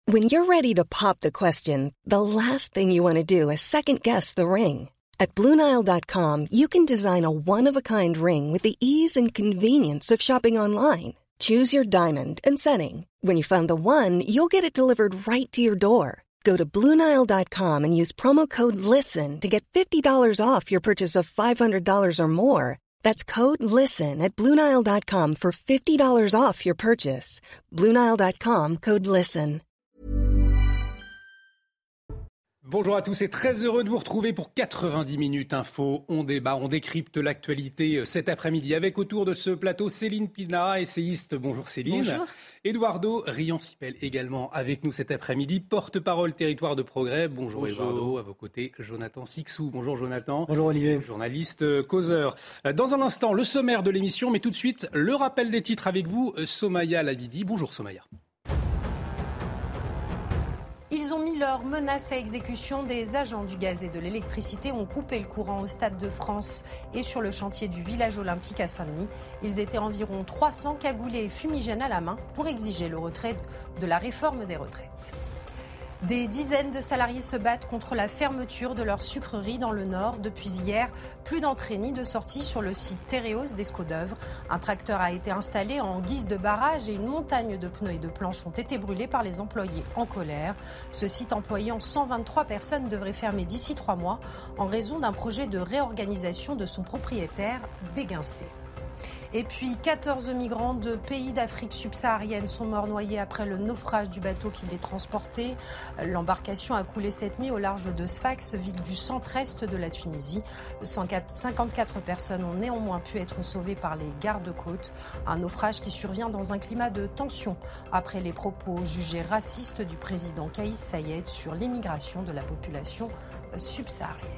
When you're ready to pop the question, the last thing you want to do is second-guess the ring. At BlueNile.com, you can design a one-of-a-kind ring with the ease and convenience of shopping online. Choose your diamond and setting. When you find the one, you'll get it delivered right to your door. Go to BlueNile.com and use promo code LISTEN to get $50 off your purchase of $500 or more. That's code LISTEN at BlueNile.com for $50 off your purchase. BlueNile.com, code LISTEN. Bonjour à tous et très heureux de vous retrouver pour 90 minutes info. On débat, on décrypte l'actualité cet après-midi avec autour de ce plateau Céline Pina, essayiste. Bonjour Céline. Bonjour. Eduardo Riancipel également avec nous cet après-midi, porte-parole Territoire de Progrès. Bonjour Eduardo, à vos côtés Jonathan Sixou. Bonjour Jonathan. Bonjour Olivier. Journaliste, causeur. Dans un instant, le sommaire de l'émission, mais tout de suite, le rappel des titres avec vous, Somaya Labidi. Bonjour Somaya. Ils ont mis leurs menaces à exécution. Des agents du gaz et de l'électricité ont coupé le courant au Stade de France et sur le chantier du village olympique à Saint-Denis. Ils étaient environ 300 cagoulés et fumigènes à la main pour exiger le retrait de la réforme des retraites. Des dizaines de salariés se battent contre la fermeture de leur sucrerie dans le Nord. Depuis hier, plus d'entrée ni de sortie sur le site Téréos d'Escaudœuvre. Un tracteur a été installé en guise de barrage et une montagne de pneus et de planches ont été brûlés par les employés en colère. Ce site employant 123 personnes devrait fermer d'ici 3 mois en raison d'un projet de réorganisation de son propriétaire, Béguincé. Et puis 14 migrants de pays d'Afrique subsaharienne sont morts noyés après le naufrage du bateau qui les transportait. L'embarcation a coulé cette nuit au large de Sfax, ville du centre-est de la Tunisie. 54 personnes ont néanmoins pu être sauvées par les gardes-côtes. Un naufrage qui survient dans un climat de tension après les propos jugés racistes du président Kais Saied sur l'immigration de la population subsaharienne.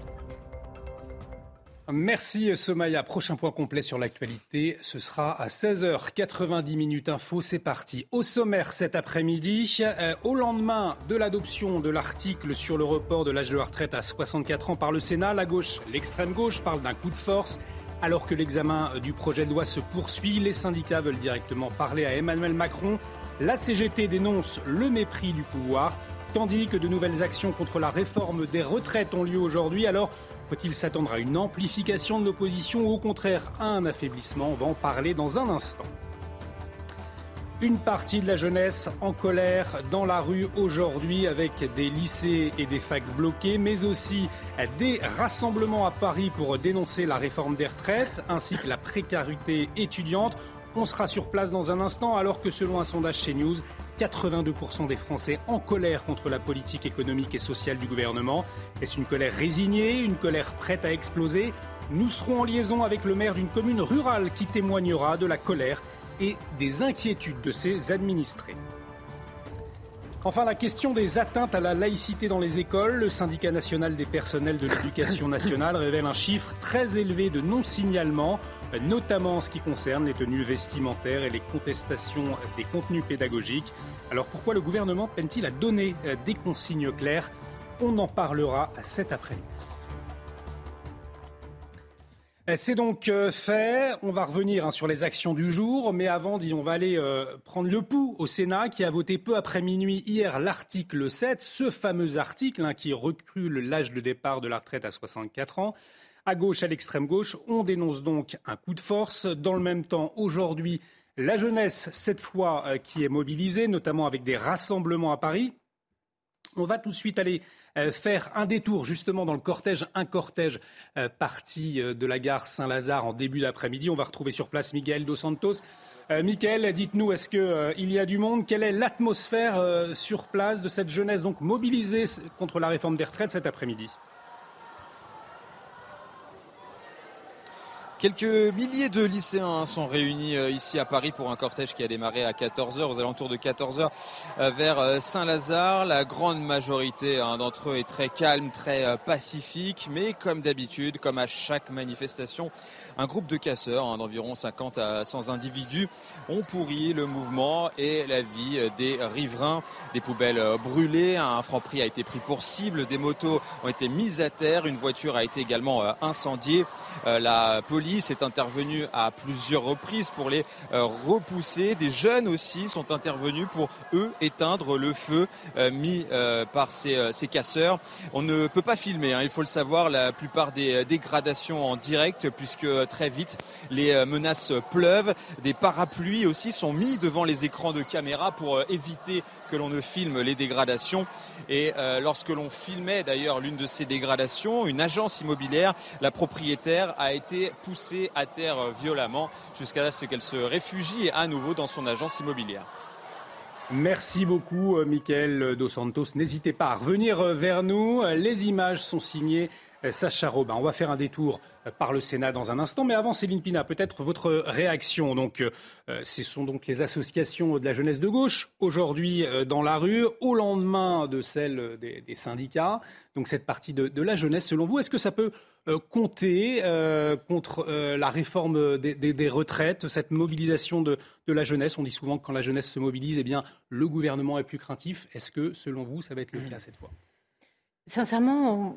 Merci Somaya. Prochain point complet sur l'actualité, ce sera à 16h. 90 minutes info, c'est parti. Au sommaire cet après-midi, au lendemain de l'adoption de l'article sur le report de l'âge de la retraite à 64 ans par le Sénat, la gauche, l'extrême gauche parle d'un coup de force. Alors que l'examen du projet de loi se poursuit, les syndicats veulent directement parler à Emmanuel Macron. La CGT dénonce le mépris du pouvoir, tandis que de nouvelles actions contre la réforme des retraites ont lieu aujourd'hui. Alors, faut-il s'attendre à une amplification de l'opposition ou au contraire à un affaiblissement ? On va en parler dans un instant. Une partie de la jeunesse en colère dans la rue aujourd'hui avec des lycées et des facs bloqués, mais aussi des rassemblements à Paris pour dénoncer la réforme des retraites ainsi que la précarité étudiante. On sera sur place dans un instant alors que selon un sondage chez News, 82% des Français en colère contre la politique économique et sociale du gouvernement. Est-ce une colère résignée, une colère prête à exploser ? Nous serons en liaison avec le maire d'une commune rurale qui témoignera de la colère et des inquiétudes de ses administrés. Enfin, la question des atteintes à la laïcité dans les écoles. Le syndicat national des personnels de l'éducation nationale révèle un chiffre très élevé de non-signalements, notamment en ce qui concerne les tenues vestimentaires et les contestations des contenus pédagogiques. Alors pourquoi le gouvernement peine-t-il à donner des consignes claires ? On en parlera cet après-midi. C'est donc fait. On va revenir sur les actions du jour. Mais avant, on va aller prendre le pouls au Sénat qui a voté peu après minuit hier l'article 7, ce fameux article qui recule l'âge de départ de la retraite à 64 ans. À gauche, à l'extrême gauche, on dénonce donc un coup de force. Dans le même temps, aujourd'hui, la jeunesse, cette fois, qui est mobilisée, notamment avec des rassemblements à Paris. On va tout de suite aller faire un détour justement dans le cortège, un cortège parti de la gare Saint-Lazare en début d'après-midi. On va retrouver sur place Miguel Dos Santos. Miguel, dites-nous, est-ce qu'il y a du monde ? Quelle est l'atmosphère sur place de cette jeunesse donc mobilisée contre la réforme des retraites cet après-midi ? Quelques milliers de lycéens sont réunis ici à Paris pour un cortège qui a démarré à 14h, aux alentours de 14h vers Saint-Lazare. La grande majorité d'entre eux est très calme, très pacifique, mais comme d'habitude, comme à chaque manifestation, un groupe de casseurs d'environ 50 à 100 individus ont pourri le mouvement et la vie des riverains. Des poubelles brûlées, un Franprix a été pris pour cible, des motos ont été mises à terre, une voiture a été également incendiée. La police police est intervenue à plusieurs reprises pour les repousser. Des jeunes aussi sont intervenus pour, eux, éteindre le feu mis par ces casseurs. On ne peut pas filmer, il faut le savoir, la plupart des dégradations en direct, puisque très vite, les menaces pleuvent. Des parapluies aussi sont mis devant les écrans de caméra pour éviter que l'on ne filme les dégradations. Et lorsque l'on filmait d'ailleurs l'une de ces dégradations, une agence immobilière, la propriétaire a été poussée à terre violemment jusqu'à ce qu'elle se réfugie à nouveau dans son agence immobilière. Merci beaucoup, Mickaël Dos Santos. N'hésitez pas à revenir vers nous. Les images sont signées Sacha Robin. On va faire un détour par le Sénat dans un instant. Mais avant, Céline Pina, peut-être votre réaction. Donc, ce sont donc les associations de la jeunesse de gauche, aujourd'hui dans la rue, au lendemain de celle des syndicats. Donc, cette partie de la jeunesse, selon vous, est-ce que ça peut compter contre la réforme des retraites, cette mobilisation de la jeunesse? On dit souvent que quand la jeunesse se mobilise, eh bien, le gouvernement est plus craintif. Est-ce que, selon vous, ça va être le cas cette fois? Sincèrement,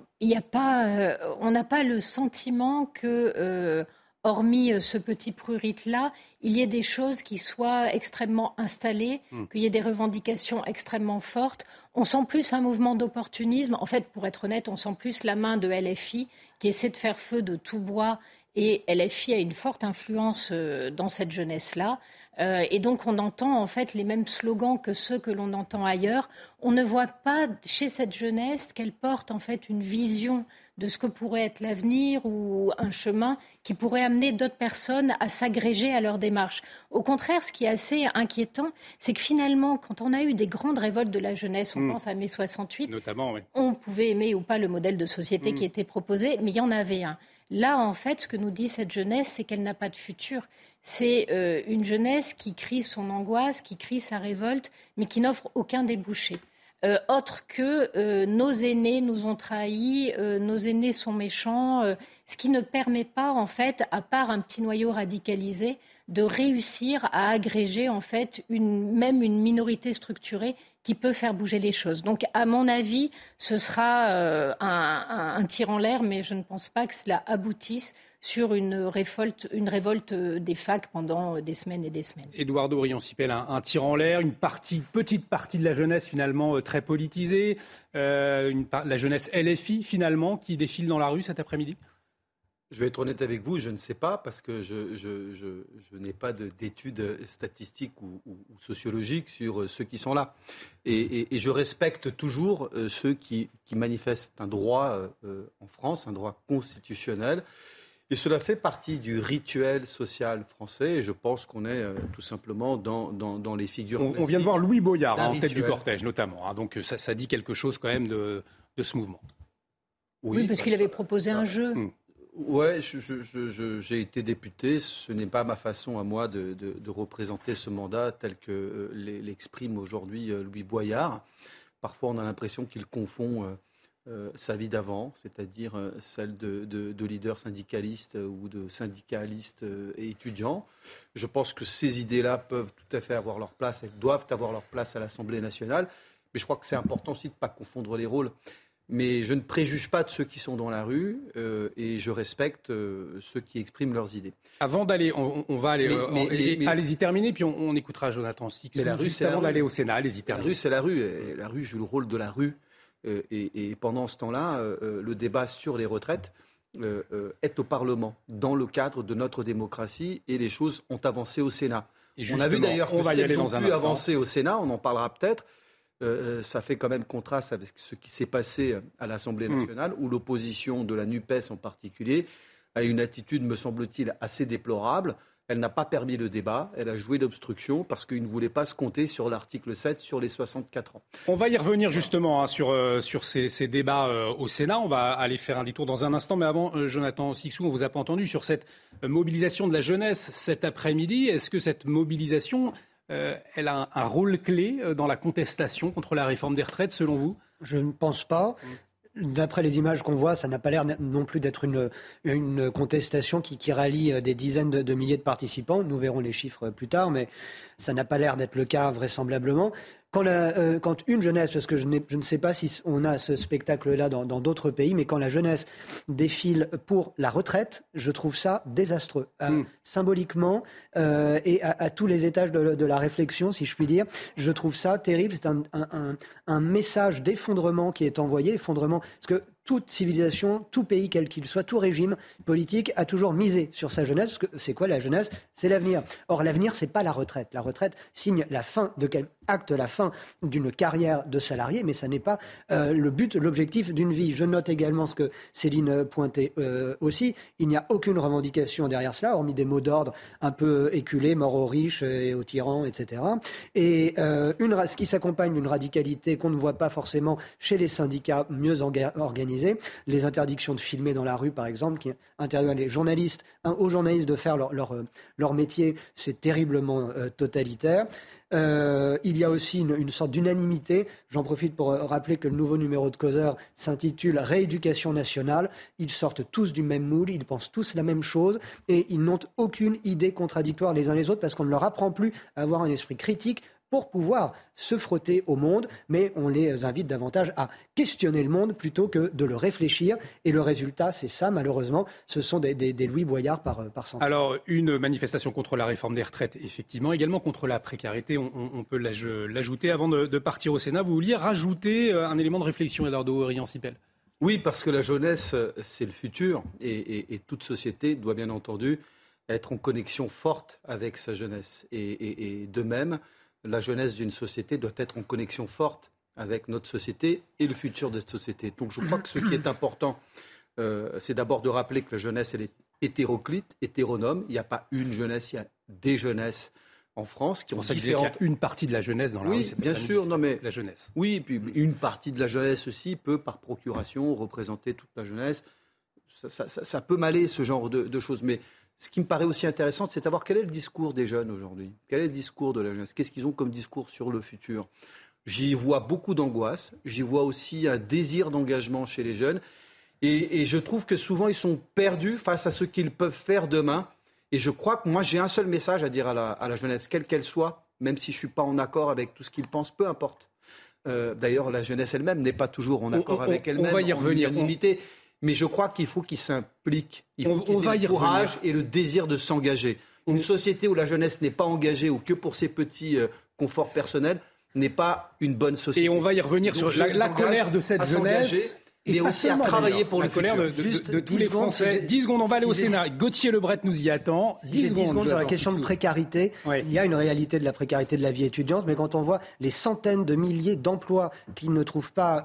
on n'a pas le sentiment que, hormis ce petit prurit-là, il y ait des choses qui soient extrêmement installées, qu'il y ait des revendications extrêmement fortes. On sent plus un mouvement d'opportunisme. En fait, pour être honnête, on sent plus la main de LFI qui essaie de faire feu de tout bois. Et LFI a une forte influence dans cette jeunesse-là. Et donc, on entend en fait les mêmes slogans que ceux que l'on entend ailleurs. On ne voit pas chez cette jeunesse qu'elle porte en fait une vision de ce que pourrait être l'avenir ou un chemin qui pourrait amener d'autres personnes à s'agréger à leur démarche. Au contraire, ce qui est assez inquiétant, c'est que finalement, quand on a eu des grandes révoltes de la jeunesse, on pense à mai 68, notamment, oui. On pouvait aimer ou pas le modèle de société qui était proposé, mais il y en avait un. Là, en fait, ce que nous dit cette jeunesse, c'est qu'elle n'a pas de futur. C'est une jeunesse qui crie son angoisse, qui crie sa révolte, mais qui n'offre aucun débouché. Autre que nos aînés nous ont trahis, nos aînés sont méchants, ce qui ne permet pas, en fait, à part un petit noyau radicalisé, de réussir à agréger, en fait, même une minorité structurée qui peut faire bouger les choses. Donc, à mon avis, ce sera un tir en l'air, mais je ne pense pas que cela aboutisse sur une révolte des facs pendant des semaines et des semaines. Eduardo Brion-Sipel, un tir en l'air, une petite partie de la jeunesse finalement très politisée, la jeunesse LFI finalement qui défile dans la rue cet après-midi. Je vais être honnête avec vous, je ne sais pas parce que je n'ai pas d'études statistiques ou sociologiques sur ceux qui sont là. Et je respecte toujours ceux qui manifestent un droit en France, un droit constitutionnel. Et cela fait partie du rituel social français et je pense qu'on est tout simplement dans les figures on vient de voir Louis Boyard en tête du cortège notamment. Donc ça dit quelque chose quand même de ce mouvement. Oui, parce qu'il avait proposé un jeu. Oui, j'ai été député. Ce n'est pas ma façon à moi de représenter ce mandat tel que l'exprime aujourd'hui Louis Boyard. Parfois on a l'impression qu'il confond sa vie d'avant, c'est-à-dire celle de leader syndicaliste ou de syndicaliste et étudiant. Je pense que ces idées-là peuvent tout à fait avoir leur place, elles doivent avoir leur place à l'Assemblée nationale, mais je crois que c'est important aussi de ne pas confondre les rôles. Mais je ne préjuge pas de ceux qui sont dans la rue et je respecte ceux qui expriment leurs idées. Avant d'aller, on va aller, allez-y terminer, puis on écoutera Jonathan Six. Mais la rue, c'est avant d'aller au Sénat, allez-y terminer. La rue, c'est la rue, et la rue joue le rôle de la rue. Et pendant ce temps-là, le débat sur les retraites est au Parlement, dans le cadre de notre démocratie, et les choses ont avancé au Sénat. On a vu d'ailleurs que si elles ont pu avancer au Sénat, on en parlera peut-être, ça fait quand même contraste avec ce qui s'est passé à l'Assemblée nationale, où l'opposition de la NUPES en particulier a une attitude, me semble-t-il, assez déplorable. Elle n'a pas permis le débat, elle a joué l'obstruction parce qu'il ne voulait pas se compter sur l'article 7 sur les 64 ans. On va y revenir justement sur ces débats au Sénat. On va aller faire un détour dans un instant. Mais avant, Jonathan Sixou, on ne vous a pas entendu sur cette mobilisation de la jeunesse cet après-midi. Est-ce que cette mobilisation, elle a un rôle clé dans la contestation contre la réforme des retraites, selon vous ? Je ne pense pas. D'après les images qu'on voit, ça n'a pas l'air non plus d'être une contestation qui rallie des dizaines de milliers de participants. Nous verrons les chiffres plus tard, mais ça n'a pas l'air d'être le cas vraisemblablement. Quand une jeunesse, parce que je ne sais pas si on a ce spectacle-là dans d'autres pays, mais quand la jeunesse défile pour la retraite, je trouve ça désastreux. Symboliquement et à tous les étages de la réflexion, si je puis dire, je trouve ça terrible. C'est un message d'effondrement qui est envoyé, parce que toute civilisation, tout pays, quel qu'il soit, tout régime politique a toujours misé sur sa jeunesse. Parce que c'est quoi la jeunesse ? C'est l'avenir. Or, l'avenir, c'est pas la retraite. La retraite signe acte la fin d'une carrière de salarié, mais ça n'est pas le but, l'objectif d'une vie. Je note également ce que Céline pointait aussi. Il n'y a aucune revendication derrière cela, hormis des mots d'ordre un peu éculés, mort aux riches et aux tyrans, etc. Et ce qui s'accompagne d'une radicalité qu'on ne voit pas forcément chez les syndicats mieux organisés. Les interdictions de filmer dans la rue, par exemple, qui interdisent aux journalistes de faire leur métier, c'est terriblement totalitaire. Il y a aussi une sorte d'unanimité. J'en profite pour rappeler que le nouveau numéro de Causeur s'intitule « Rééducation nationale ». Ils sortent tous du même moule, ils pensent tous la même chose et ils n'ont aucune idée contradictoire les uns les autres parce qu'on ne leur apprend plus à avoir un esprit critique pour pouvoir se frotter au monde, mais on les invite davantage à questionner le monde plutôt que de le réfléchir. Et le résultat, c'est ça, malheureusement, ce sont des Louis Boyard par centaines. Alors, une manifestation contre la réforme des retraites, effectivement, également contre la précarité, on peut l'ajouter. Avant de partir au Sénat, vous vouliez rajouter un élément de réflexion, Eduardo Riancipel ? Oui, parce que la jeunesse, c'est le futur, et toute société doit bien entendu être en connexion forte avec sa jeunesse. Et de même, la jeunesse d'une société doit être en connexion forte avec notre société et le futur de cette société. Donc je crois que ce qui est important, c'est d'abord de rappeler que la jeunesse, elle est hétéroclite, hétéronome. Il n'y a pas une jeunesse, il y a des jeunesses en France qui ont différentes... Il y a une partie de la jeunesse dans la rue. Oui, bien sûr, non mais... La jeunesse. Oui, et puis une partie de la jeunesse aussi peut, par procuration, représenter toute la jeunesse. Ça peut m'aller, ce genre de choses, mais... Ce qui me paraît aussi intéressant, c'est de savoir quel est le discours des jeunes aujourd'hui. Quel est le discours de la jeunesse ? Qu'est-ce qu'ils ont comme discours sur le futur ? J'y vois beaucoup d'angoisse. J'y vois aussi un désir d'engagement chez les jeunes. Et je trouve que souvent, ils sont perdus face à ce qu'ils peuvent faire demain. Et je crois que moi, j'ai un seul message à dire à la jeunesse, quelle qu'elle soit, même si je ne suis pas en accord avec tout ce qu'ils pensent, peu importe. D'ailleurs, la jeunesse elle-même n'est pas toujours en accord avec elle-même. On va y revenir. Mais je crois qu'il faut qu'ils s'impliquent. Il faut qu'ils aient le courage et le désir de s'engager. Une société où la jeunesse n'est pas engagée ou que pour ses petits conforts personnels n'est pas une bonne société. Et on va y revenir sur la colère de cette jeunesse. Mais aussi à travailler pour le colère de tous les Français. 10 secondes, on va aller au Sénat. Gauthier Lebret nous y attend. 10 secondes sur la question de précarité. Oui. Il y a une réalité de la précarité de la vie étudiante, mais quand on voit les centaines de milliers d'emplois qui ne trouvent pas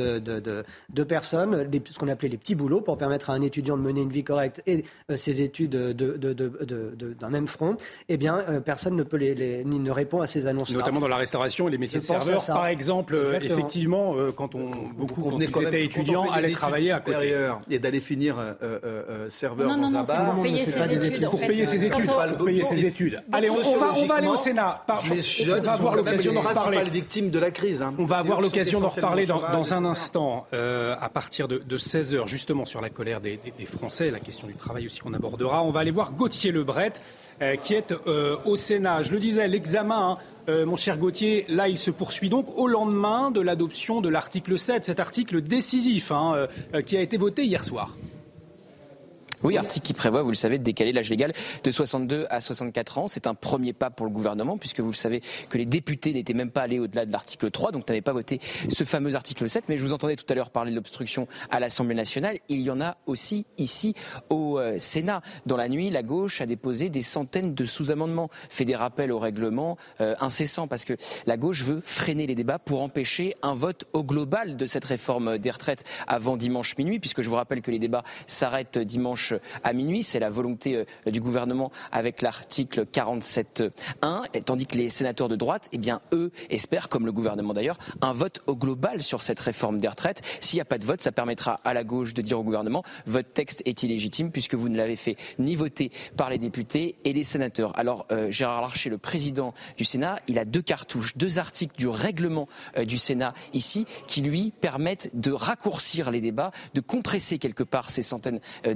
de personnes, ce qu'on appelait les petits boulots, pour permettre à un étudiant de mener une vie correcte et ses études d'un même front, eh bien, personne ne répond à ces annonces. Notamment dans la restauration et les métiers de serveur, par exemple. Exactement. Effectivement, quand ils étaient étudiants, aller travailler à côté et d'aller finir serveur dans un bar. Pour payer ses études. Pour payer ses études. Allez, on va aller au Sénat. Les jeunes sont quand même les principales victimes de la crise. On va avoir l'occasion d'en reparler dans un instant, à partir de 16h, justement sur la colère des Français, la question du travail aussi qu'on abordera. On va aller voir Gauthier Lebret, qui est au Sénat. Je le disais, l'examen... mon cher Gauthier, là, il se poursuit donc au lendemain de l'adoption de l'article 7, cet article décisif qui a été voté hier soir. Oui, article qui prévoit, vous le savez, de décaler l'âge légal de 62 à 64 ans. C'est un premier pas pour le gouvernement, puisque vous le savez que les députés n'étaient même pas allés au-delà de l'article 3, donc n'avaient pas voté ce fameux article 7. Mais je vous entendais tout à l'heure parler de l'obstruction à l'Assemblée nationale. Il y en a aussi ici au Sénat. Dans la nuit, la gauche a déposé des centaines de sous-amendements, fait des rappels au règlement incessants, parce que la gauche veut freiner les débats pour empêcher un vote au global de cette réforme des retraites avant dimanche minuit, puisque je vous rappelle que les débats s'arrêtent dimanche à minuit. C'est la volonté du gouvernement avec l'article 47.1, tandis que les sénateurs de droite, eh bien, eux, espèrent, comme le gouvernement d'ailleurs, un vote au global sur cette réforme des retraites. S'il n'y a pas de vote, ça permettra à la gauche de dire au gouvernement « votre texte est illégitime puisque vous ne l'avez fait ni voter par les députés et les sénateurs ». Alors, Gérard Larcher, le président du Sénat, il a 2 cartouches, 2 articles du règlement du Sénat ici qui lui permettent de raccourcir les débats, de compresser quelque part ces centaines d'amendements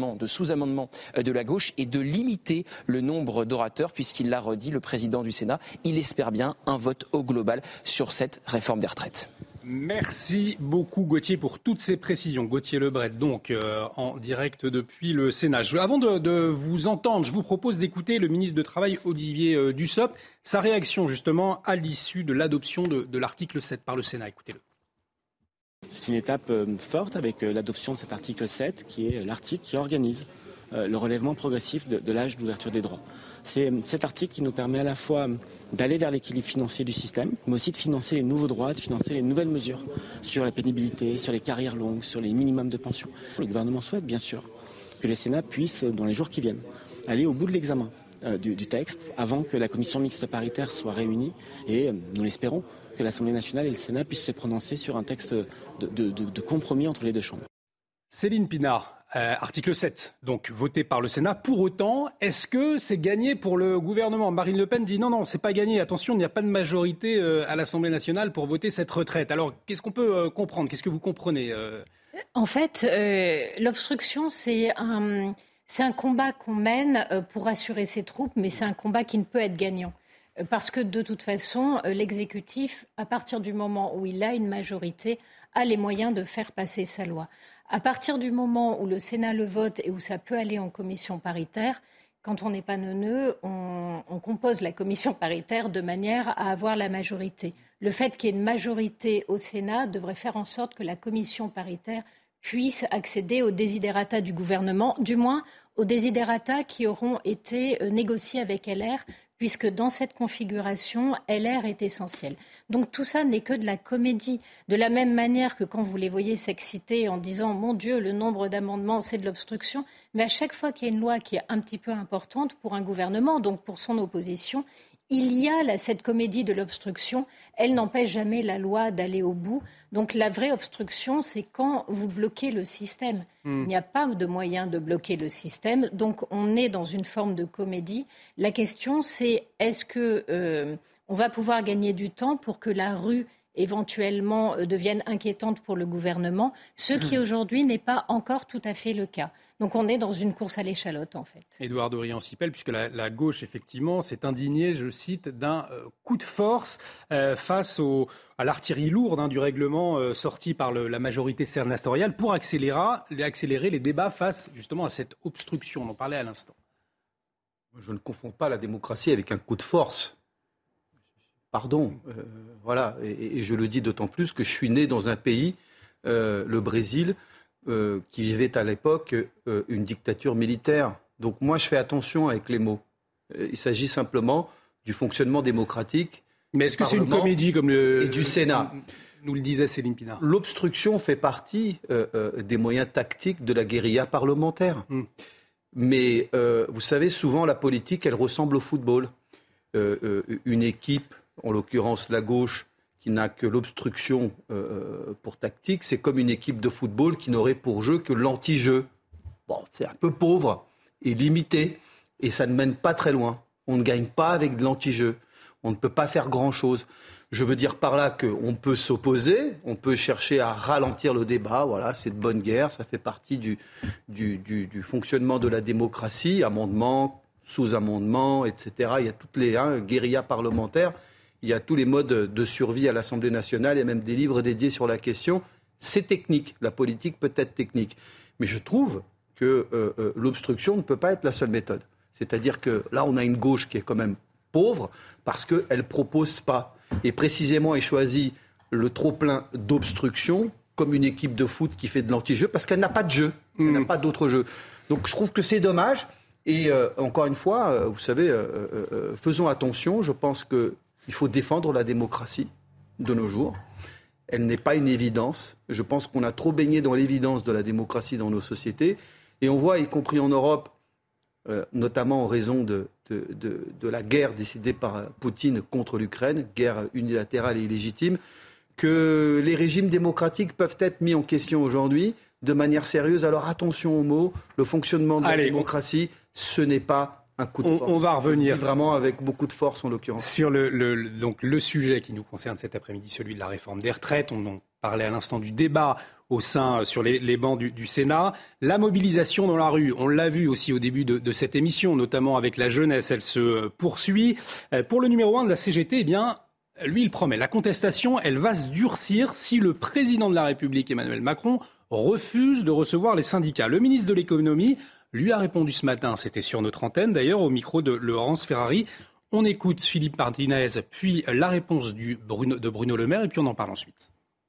d'amendements, de sous-amendements de la gauche et de limiter le nombre d'orateurs, puisqu'il l'a redit, le président du Sénat, il espère bien un vote au global sur cette réforme des retraites. Merci beaucoup Gauthier pour toutes ces précisions. Gauthier Lebret, donc en direct depuis le Sénat. Avant de vous entendre, je vous propose d'écouter le ministre du Travail Olivier Dussopt, sa réaction justement à l'issue de l'adoption de l'article 7 par le Sénat. Écoutez-le. C'est une étape forte avec l'adoption de cet article 7 qui est l'article qui organise le relèvement progressif de l'âge d'ouverture des droits. C'est cet article qui nous permet à la fois d'aller vers l'équilibre financier du système, mais aussi de financer les nouveaux droits, de financer les nouvelles mesures sur la pénibilité, sur les carrières longues, sur les minimums de pension. Le gouvernement souhaite bien sûr que le Sénat puisse, dans les jours qui viennent, aller au bout de l'examen du texte avant que la commission mixte paritaire soit réunie et nous l'espérons que l'Assemblée nationale et le Sénat puissent se prononcer sur un texte de compromis entre les deux chambres. Céline Pinard. Article 7, donc voté par le Sénat. Pour autant, est-ce que c'est gagné pour le gouvernement ? Marine Le Pen dit non, c'est pas gagné. Attention, il n'y a pas de majorité à l'Assemblée nationale pour voter cette retraite. Alors, qu'est-ce qu'on peut comprendre ? Qu'est-ce que vous comprenez En fait, l'obstruction, c'est un combat qu'on mène pour rassurer ses troupes, mais c'est un combat qui ne peut être gagnant. Parce que de toute façon, l'exécutif, à partir du moment où il a une majorité, a les moyens de faire passer sa loi. À partir du moment où le Sénat le vote et où ça peut aller en commission paritaire, quand on n'est pas neuneux, on compose la commission paritaire de manière à avoir la majorité. Le fait qu'il y ait une majorité au Sénat devrait faire en sorte que la commission paritaire puisse accéder aux desiderata du gouvernement, du moins aux desiderata qui auront été négociés avec LR, puisque dans cette configuration, LR est essentiel. Donc tout ça n'est que de la comédie. De la même manière que quand vous les voyez s'exciter en disant « Mon Dieu, le nombre d'amendements, c'est de l'obstruction », mais à chaque fois qu'il y a une loi qui est un petit peu importante pour un gouvernement, donc pour son opposition, il y a cette comédie de l'obstruction. Elle n'empêche jamais la loi d'aller au bout. Donc la vraie obstruction, c'est quand vous bloquez le système. Il n'y a pas de moyen de bloquer le système. Donc on est dans une forme de comédie. La question, c'est est-ce que on va pouvoir gagner du temps pour que la rue éventuellement devienne inquiétante pour le gouvernement, ce qui aujourd'hui n'est pas encore tout à fait le cas. Donc on est dans une course à l'échalote en fait. Édouard Dorian-Sipel, puisque la gauche effectivement s'est indignée, je cite, d'un coup de force face à l'artillerie lourde du règlement sorti par la majorité sénatoriale pour accélérer les débats face justement à cette obstruction. On en parlait à l'instant. Je ne confonds pas la démocratie avec un coup de force. Pardon, voilà, et je le dis d'autant plus que je suis né dans un pays, le Brésil, qui vivait à l'époque une dictature militaire. Donc moi, je fais attention avec les mots. Il s'agit simplement du fonctionnement démocratique. Mais est-ce que c'est une comédie comme et du Sénat nous le disait Céline Pinard? L'obstruction fait partie des moyens tactiques de la guérilla parlementaire. Mais vous savez, souvent la politique, elle ressemble au football. Une équipe, en l'occurrence la gauche, qui n'a que l'obstruction pour tactique, c'est comme une équipe de football qui n'aurait pour jeu que l'anti-jeu. Bon, c'est un peu pauvre et limité, et ça ne mène pas très loin. On ne gagne pas avec de l'anti-jeu. On ne peut pas faire grand-chose. Je veux dire par là qu'on peut s'opposer, on peut chercher à ralentir le débat. Voilà, c'est de bonne guerre, ça fait partie du fonctionnement de la démocratie, amendements, sous-amendements, etc. Il y a toutes les guérillas parlementaires. Il y a tous les modes de survie à l'Assemblée nationale. Il y a même des livres dédiés sur la question. C'est technique. La politique peut être technique. Mais je trouve que l'obstruction ne peut pas être la seule méthode. C'est-à-dire que là, on a une gauche qui est quand même pauvre parce qu'elle ne propose pas. Et précisément, elle choisit le trop-plein d'obstruction comme une équipe de foot qui fait de l'anti-jeu parce qu'elle n'a pas de jeu. Elle n'a pas d'autre jeu. Donc je trouve que c'est dommage. Et encore une fois, vous savez, faisons attention. Je pense qu'il faut défendre la démocratie de nos jours. Elle n'est pas une évidence. Je pense qu'on a trop baigné dans l'évidence de la démocratie dans nos sociétés. Et on voit, y compris en Europe, notamment en raison de la guerre décidée par Poutine contre l'Ukraine, guerre unilatérale et illégitime, que les régimes démocratiques peuvent être mis en question aujourd'hui de manière sérieuse. Alors attention aux mots, le fonctionnement de la démocratie, ce n'est pas un coup de force. On va revenir vraiment avec beaucoup de force en l'occurrence. Sur donc le sujet qui nous concerne cet après-midi, celui de la réforme des retraites. On en parlait à l'instant du débat au sein, sur les bancs du Sénat. La mobilisation dans la rue, on l'a vu aussi au début de cette émission, notamment avec la jeunesse, elle se poursuit. Pour le numéro 1 de la CGT, eh bien, lui, il promet. La contestation, elle va se durcir si le président de la République, Emmanuel Macron, refuse de recevoir les syndicats. Le ministre de l'économie lui a répondu ce matin, c'était sur notre antenne d'ailleurs, au micro de Laurence Ferrari. On écoute Philippe Martinez, puis la réponse de Bruno Le Maire, et puis on en parle ensuite.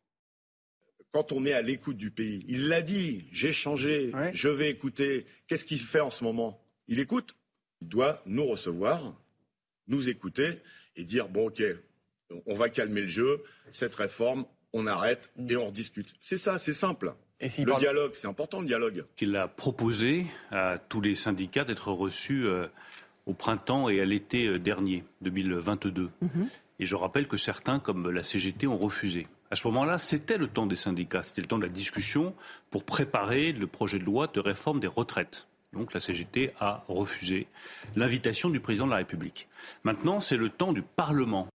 Quand on est à l'écoute du pays, il l'a dit, j'ai changé, je vais écouter. Qu'est-ce qu'il fait en ce moment? Il écoute. Il doit nous recevoir, nous écouter et dire, bon ok, on va calmer le jeu, cette réforme, on arrête et on rediscute. C'est ça, c'est simple. Le dialogue, c'est important le dialogue. Il a proposé à tous les syndicats d'être reçus au printemps et à l'été dernier, 2022. Et je rappelle que certains, comme la CGT, ont refusé. À ce moment-là, c'était le temps des syndicats, c'était le temps de la discussion pour préparer le projet de loi de réforme des retraites. Donc la CGT a refusé l'invitation du président de la République. Maintenant, c'est le temps du Parlement.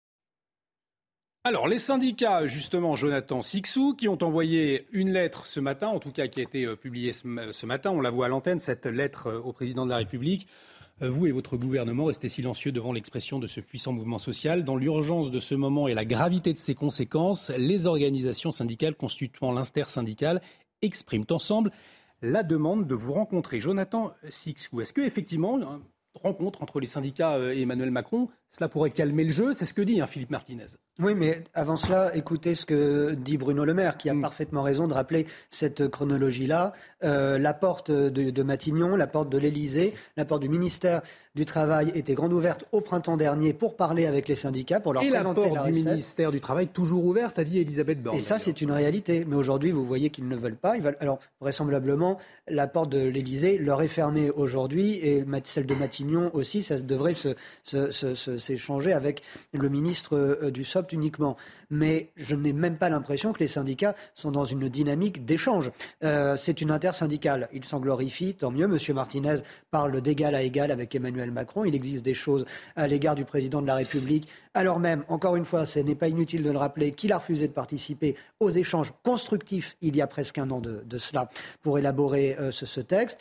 Alors, les syndicats, justement, Jonathan Sicsou, qui ont envoyé une lettre ce matin, en tout cas qui a été publiée ce matin, on la voit à l'antenne, cette lettre au président de la République. Vous et votre gouvernement restez silencieux devant l'expression de ce puissant mouvement social. Dans l'urgence de ce moment et la gravité de ses conséquences, les organisations syndicales constituant l'intersyndicale expriment ensemble la demande de vous rencontrer. Jonathan Sicsou, est-ce qu'effectivement, une rencontre entre les syndicats et Emmanuel Macron, cela pourrait calmer le jeu? C'est ce que dit Philippe Martinez. Oui, mais avant cela, écoutez ce que dit Bruno Le Maire, qui a parfaitement raison de rappeler cette chronologie-là. La porte de Matignon, la porte de l'Élysée, la porte du ministère du Travail était grande ouverte au printemps dernier pour parler avec les syndicats, pour leur présenter la recette. Et la porte du ministère du Travail toujours ouverte, a dit Elisabeth Borne. Et ça, c'est une réalité. Mais aujourd'hui, vous voyez qu'ils ne veulent pas. Alors, vraisemblablement, la porte de l'Élysée leur est fermée aujourd'hui et celle de Matignon aussi, ça devrait s'échanger avec le ministre du SOPT uniquement. Mais je n'ai même pas l'impression que les syndicats sont dans une dynamique d'échange. C'est une intersyndicale. Ils s'en glorifient, tant mieux. Monsieur Martinez parle d'égal à égal avec Emmanuel Macron. Il existe des choses à l'égard du président de la République. Alors même, encore une fois, ce n'est pas inutile de le rappeler, qu'il a refusé de participer aux échanges constructifs il y a presque un an de cela pour élaborer ce texte.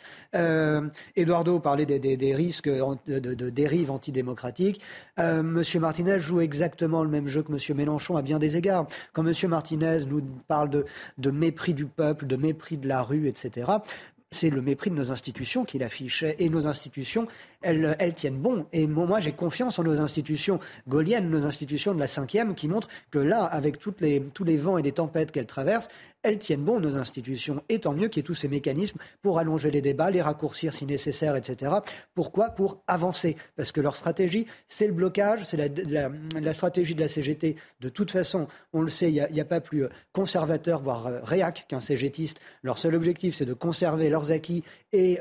Eduardo parlait des risques de dérives antidémocratiques. Monsieur Martinez joue exactement le même jeu que Monsieur Mélenchon à bien des égards. Quand Monsieur Martinez nous parle de mépris du peuple, de mépris de la rue, etc., c'est le mépris de nos institutions qu'il affiche. Et nos institutions, elles tiennent bon. Et moi, j'ai confiance en nos institutions gaulliennes, nos institutions de la 5e, qui montrent que là, avec tous les vents et les tempêtes qu'elles traversent, elles tiennent bon, nos institutions. Et tant mieux qu'il y ait tous ces mécanismes pour allonger les débats, les raccourcir si nécessaire, etc. Pourquoi ? Pour avancer. Parce que leur stratégie, c'est le blocage, c'est la stratégie de la CGT. De toute façon, on le sait, il n'y a pas plus conservateur, voire réac qu'un CGTiste. Leur seul objectif, c'est de conserver leurs acquis et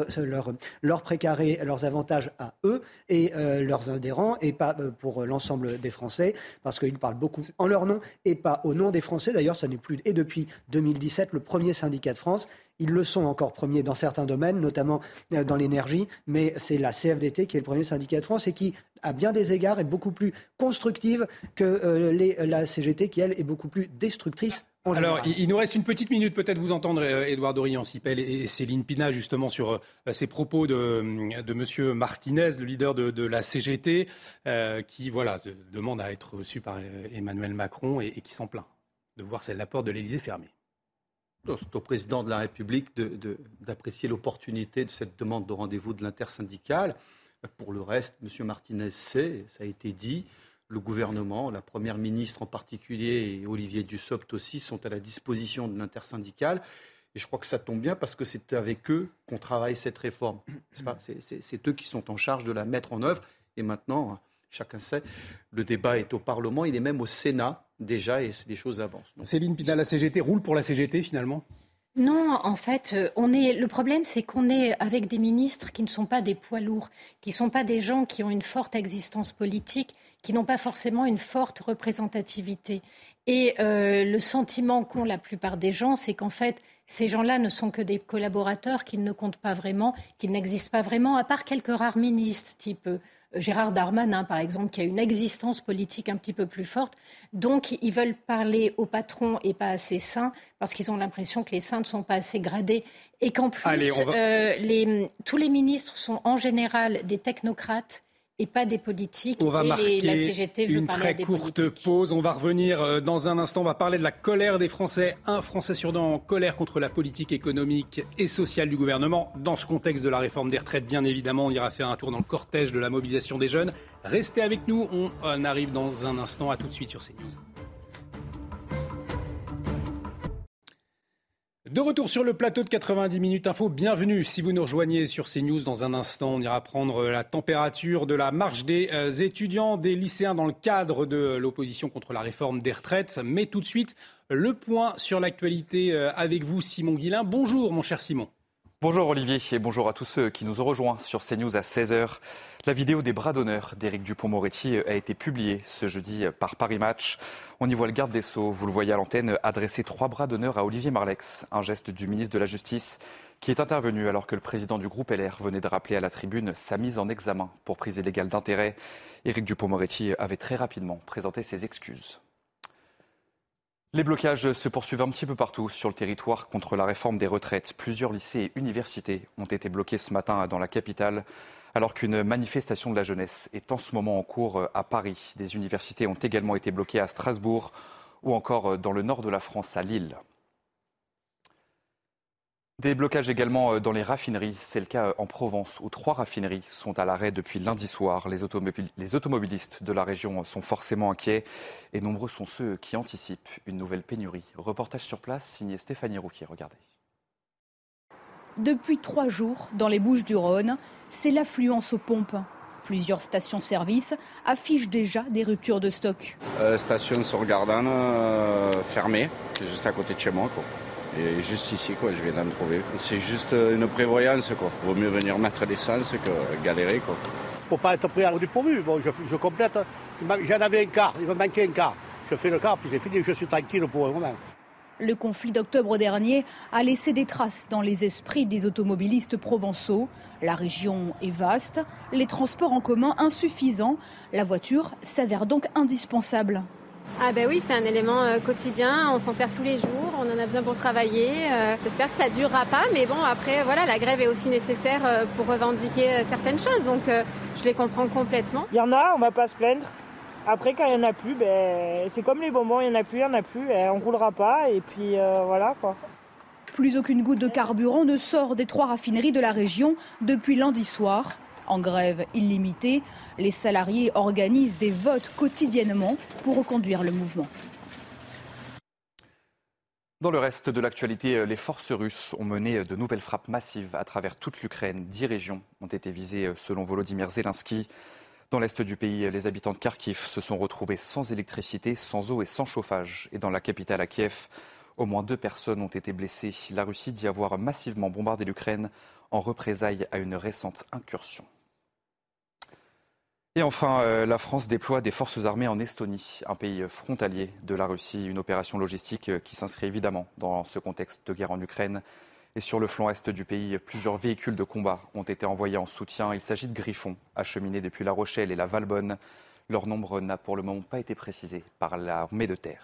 leur précaré, leurs avantages à eux et leurs adhérents, et pas pour l'ensemble des Français, parce qu'ils parlent beaucoup en leur nom et pas au nom des Français. D'ailleurs, ça n'est plus, et depuis 2017, le premier syndicat de France. Ils le sont encore premiers dans certains domaines, notamment dans l'énergie, mais c'est la CFDT qui est le premier syndicat de France et qui, à bien des égards, est beaucoup plus constructive que la CGT, qui, elle, est beaucoup plus destructrice. Alors, il nous reste une petite minute, peut-être vous entendre, Édouard Dorian-Sipel et Céline Pina, justement, sur ces propos de M. Martinez, le leader de la CGT, qui demande à être reçu par Emmanuel Macron et qui s'en plaint de voir la porte de l'Élysée fermée. C'est au président de la République d'apprécier l'opportunité de cette demande de rendez-vous de l'intersyndicale. Pour le reste, M. Martinez sait, ça a été dit, le gouvernement, la Première ministre en particulier et Olivier Dussopt aussi sont à la disposition de l'intersyndicale. Et je crois que ça tombe bien parce que c'est avec eux qu'on travaille cette réforme. C'est eux qui sont en charge de la mettre en œuvre. Et maintenant, chacun sait, le débat est au Parlement, il est même au Sénat déjà et les choses avancent. Donc, Céline Pina, la CGT roule pour la CGT finalement ? Non, en fait, le problème, c'est qu'on est avec des ministres qui ne sont pas des poids lourds, qui ne sont pas des gens qui ont une forte existence politique, qui n'ont pas forcément une forte représentativité. Et le sentiment qu'ont la plupart des gens, c'est qu'en fait, ces gens-là ne sont que des collaborateurs, qu'ils ne comptent pas vraiment, qu'ils n'existent pas vraiment, à part quelques rares ministres, type Gérard Darmanin, par exemple, qui a une existence politique un petit peu plus forte. Donc, ils veulent parler aux patrons et pas à ses seins, parce qu'ils ont l'impression que les seins ne sont pas assez gradés. Et qu'en plus, tous les ministres sont en général des technocrates et pas des politiques. On va marquer la CGT veut une parler très à des courte politiques. pause. On va revenir dans un instant. On va parler de la colère des Français. Un Français sur deux en colère contre la politique économique et sociale du gouvernement. Dans ce contexte de la réforme des retraites, bien évidemment, on ira faire un tour dans le cortège de la mobilisation des jeunes. Restez avec nous. On arrive dans un instant. À tout de suite sur CNews. De retour sur le plateau de 90 minutes info, bienvenue si vous nous rejoignez sur CNews. Dans un instant, on ira prendre la température de la marche des étudiants, des lycéens dans le cadre de l'opposition contre la réforme des retraites. Mais tout de suite, le point sur l'actualité avec vous, Simon Guillain. Bonjour mon cher Simon. Bonjour Olivier et bonjour à tous ceux qui nous ont rejoints sur CNews à 16h. La vidéo des bras d'honneur d'Éric Dupond-Moretti a été publiée ce jeudi par Paris Match. On y voit le garde des Sceaux, vous le voyez à l'antenne, adresser 3 bras d'honneur à Olivier Marleix, un geste du ministre de la Justice qui est intervenu alors que le président du groupe LR venait de rappeler à la tribune sa mise en examen pour prise illégale d'intérêt. Éric Dupond-Moretti avait très rapidement présenté ses excuses. Les blocages se poursuivent un petit peu partout sur le territoire contre la réforme des retraites. Plusieurs lycées et universités ont été bloqués ce matin dans la capitale, alors qu'une manifestation de la jeunesse est en ce moment en cours à Paris. Des universités ont également été bloquées à Strasbourg ou encore dans le nord de la France, à Lille. Des blocages également dans les raffineries. C'est le cas en Provence où 3 raffineries sont à l'arrêt depuis lundi soir. Les automobilistes de la région sont forcément inquiets et nombreux sont ceux qui anticipent une nouvelle pénurie. Reportage sur place signé Stéphanie Rouquier. Regardez. Depuis 3 jours, dans les Bouches-du-Rhône, c'est l'affluence aux pompes. Plusieurs stations-service affichent déjà des ruptures de stock. Station sur Gardanne, fermée, c'est juste à côté de chez moi, quoi. Et juste ici, quoi, je viens d'en trouver. C'est juste une prévoyance, quoi. Vaut mieux venir mettre l'essence que galérer, quoi. Faut pas être pris à l'eau dépourvu. Bon, je complète. J'en avais un quart, il me manquait un quart. Je fais le quart, puis c'est fini, je suis tranquille pour un moment. Le conflit d'octobre dernier a laissé des traces dans les esprits des automobilistes provençaux. La région est vaste, les transports en commun insuffisants. La voiture s'avère donc indispensable. Ah ben oui, c'est un élément quotidien, on s'en sert tous les jours, on en a besoin pour travailler. J'espère que ça ne durera pas, mais bon, après, voilà, la grève est aussi nécessaire pour revendiquer certaines choses, donc je les comprends complètement. Il y en a, on ne va pas se plaindre. Après, quand il n'y en a plus, c'est comme les bonbons, il n'y en a plus, on ne roulera pas, et puis voilà, quoi. Plus aucune goutte de carburant ne sort des 3 raffineries de la région depuis lundi soir. En grève illimitée, les salariés organisent des votes quotidiennement pour reconduire le mouvement. Dans le reste de l'actualité, les forces russes ont mené de nouvelles frappes massives à travers toute l'Ukraine. 10 régions ont été visées selon Volodymyr Zelensky. Dans l'est du pays, les habitants de Kharkiv se sont retrouvés sans électricité, sans eau et sans chauffage. Et dans la capitale, à Kiev, au moins 2 personnes ont été blessées. La Russie dit avoir massivement bombardé l'Ukraine en représailles à une récente incursion. Et enfin, la France déploie des forces armées en Estonie, un pays frontalier de la Russie, une opération logistique qui s'inscrit évidemment dans ce contexte de guerre en Ukraine. Et sur le flanc est du pays, plusieurs véhicules de combat ont été envoyés en soutien. Il s'agit de Griffon, acheminés depuis La Rochelle et la Valbonne. Leur nombre n'a pour le moment pas été précisé par l'armée de terre.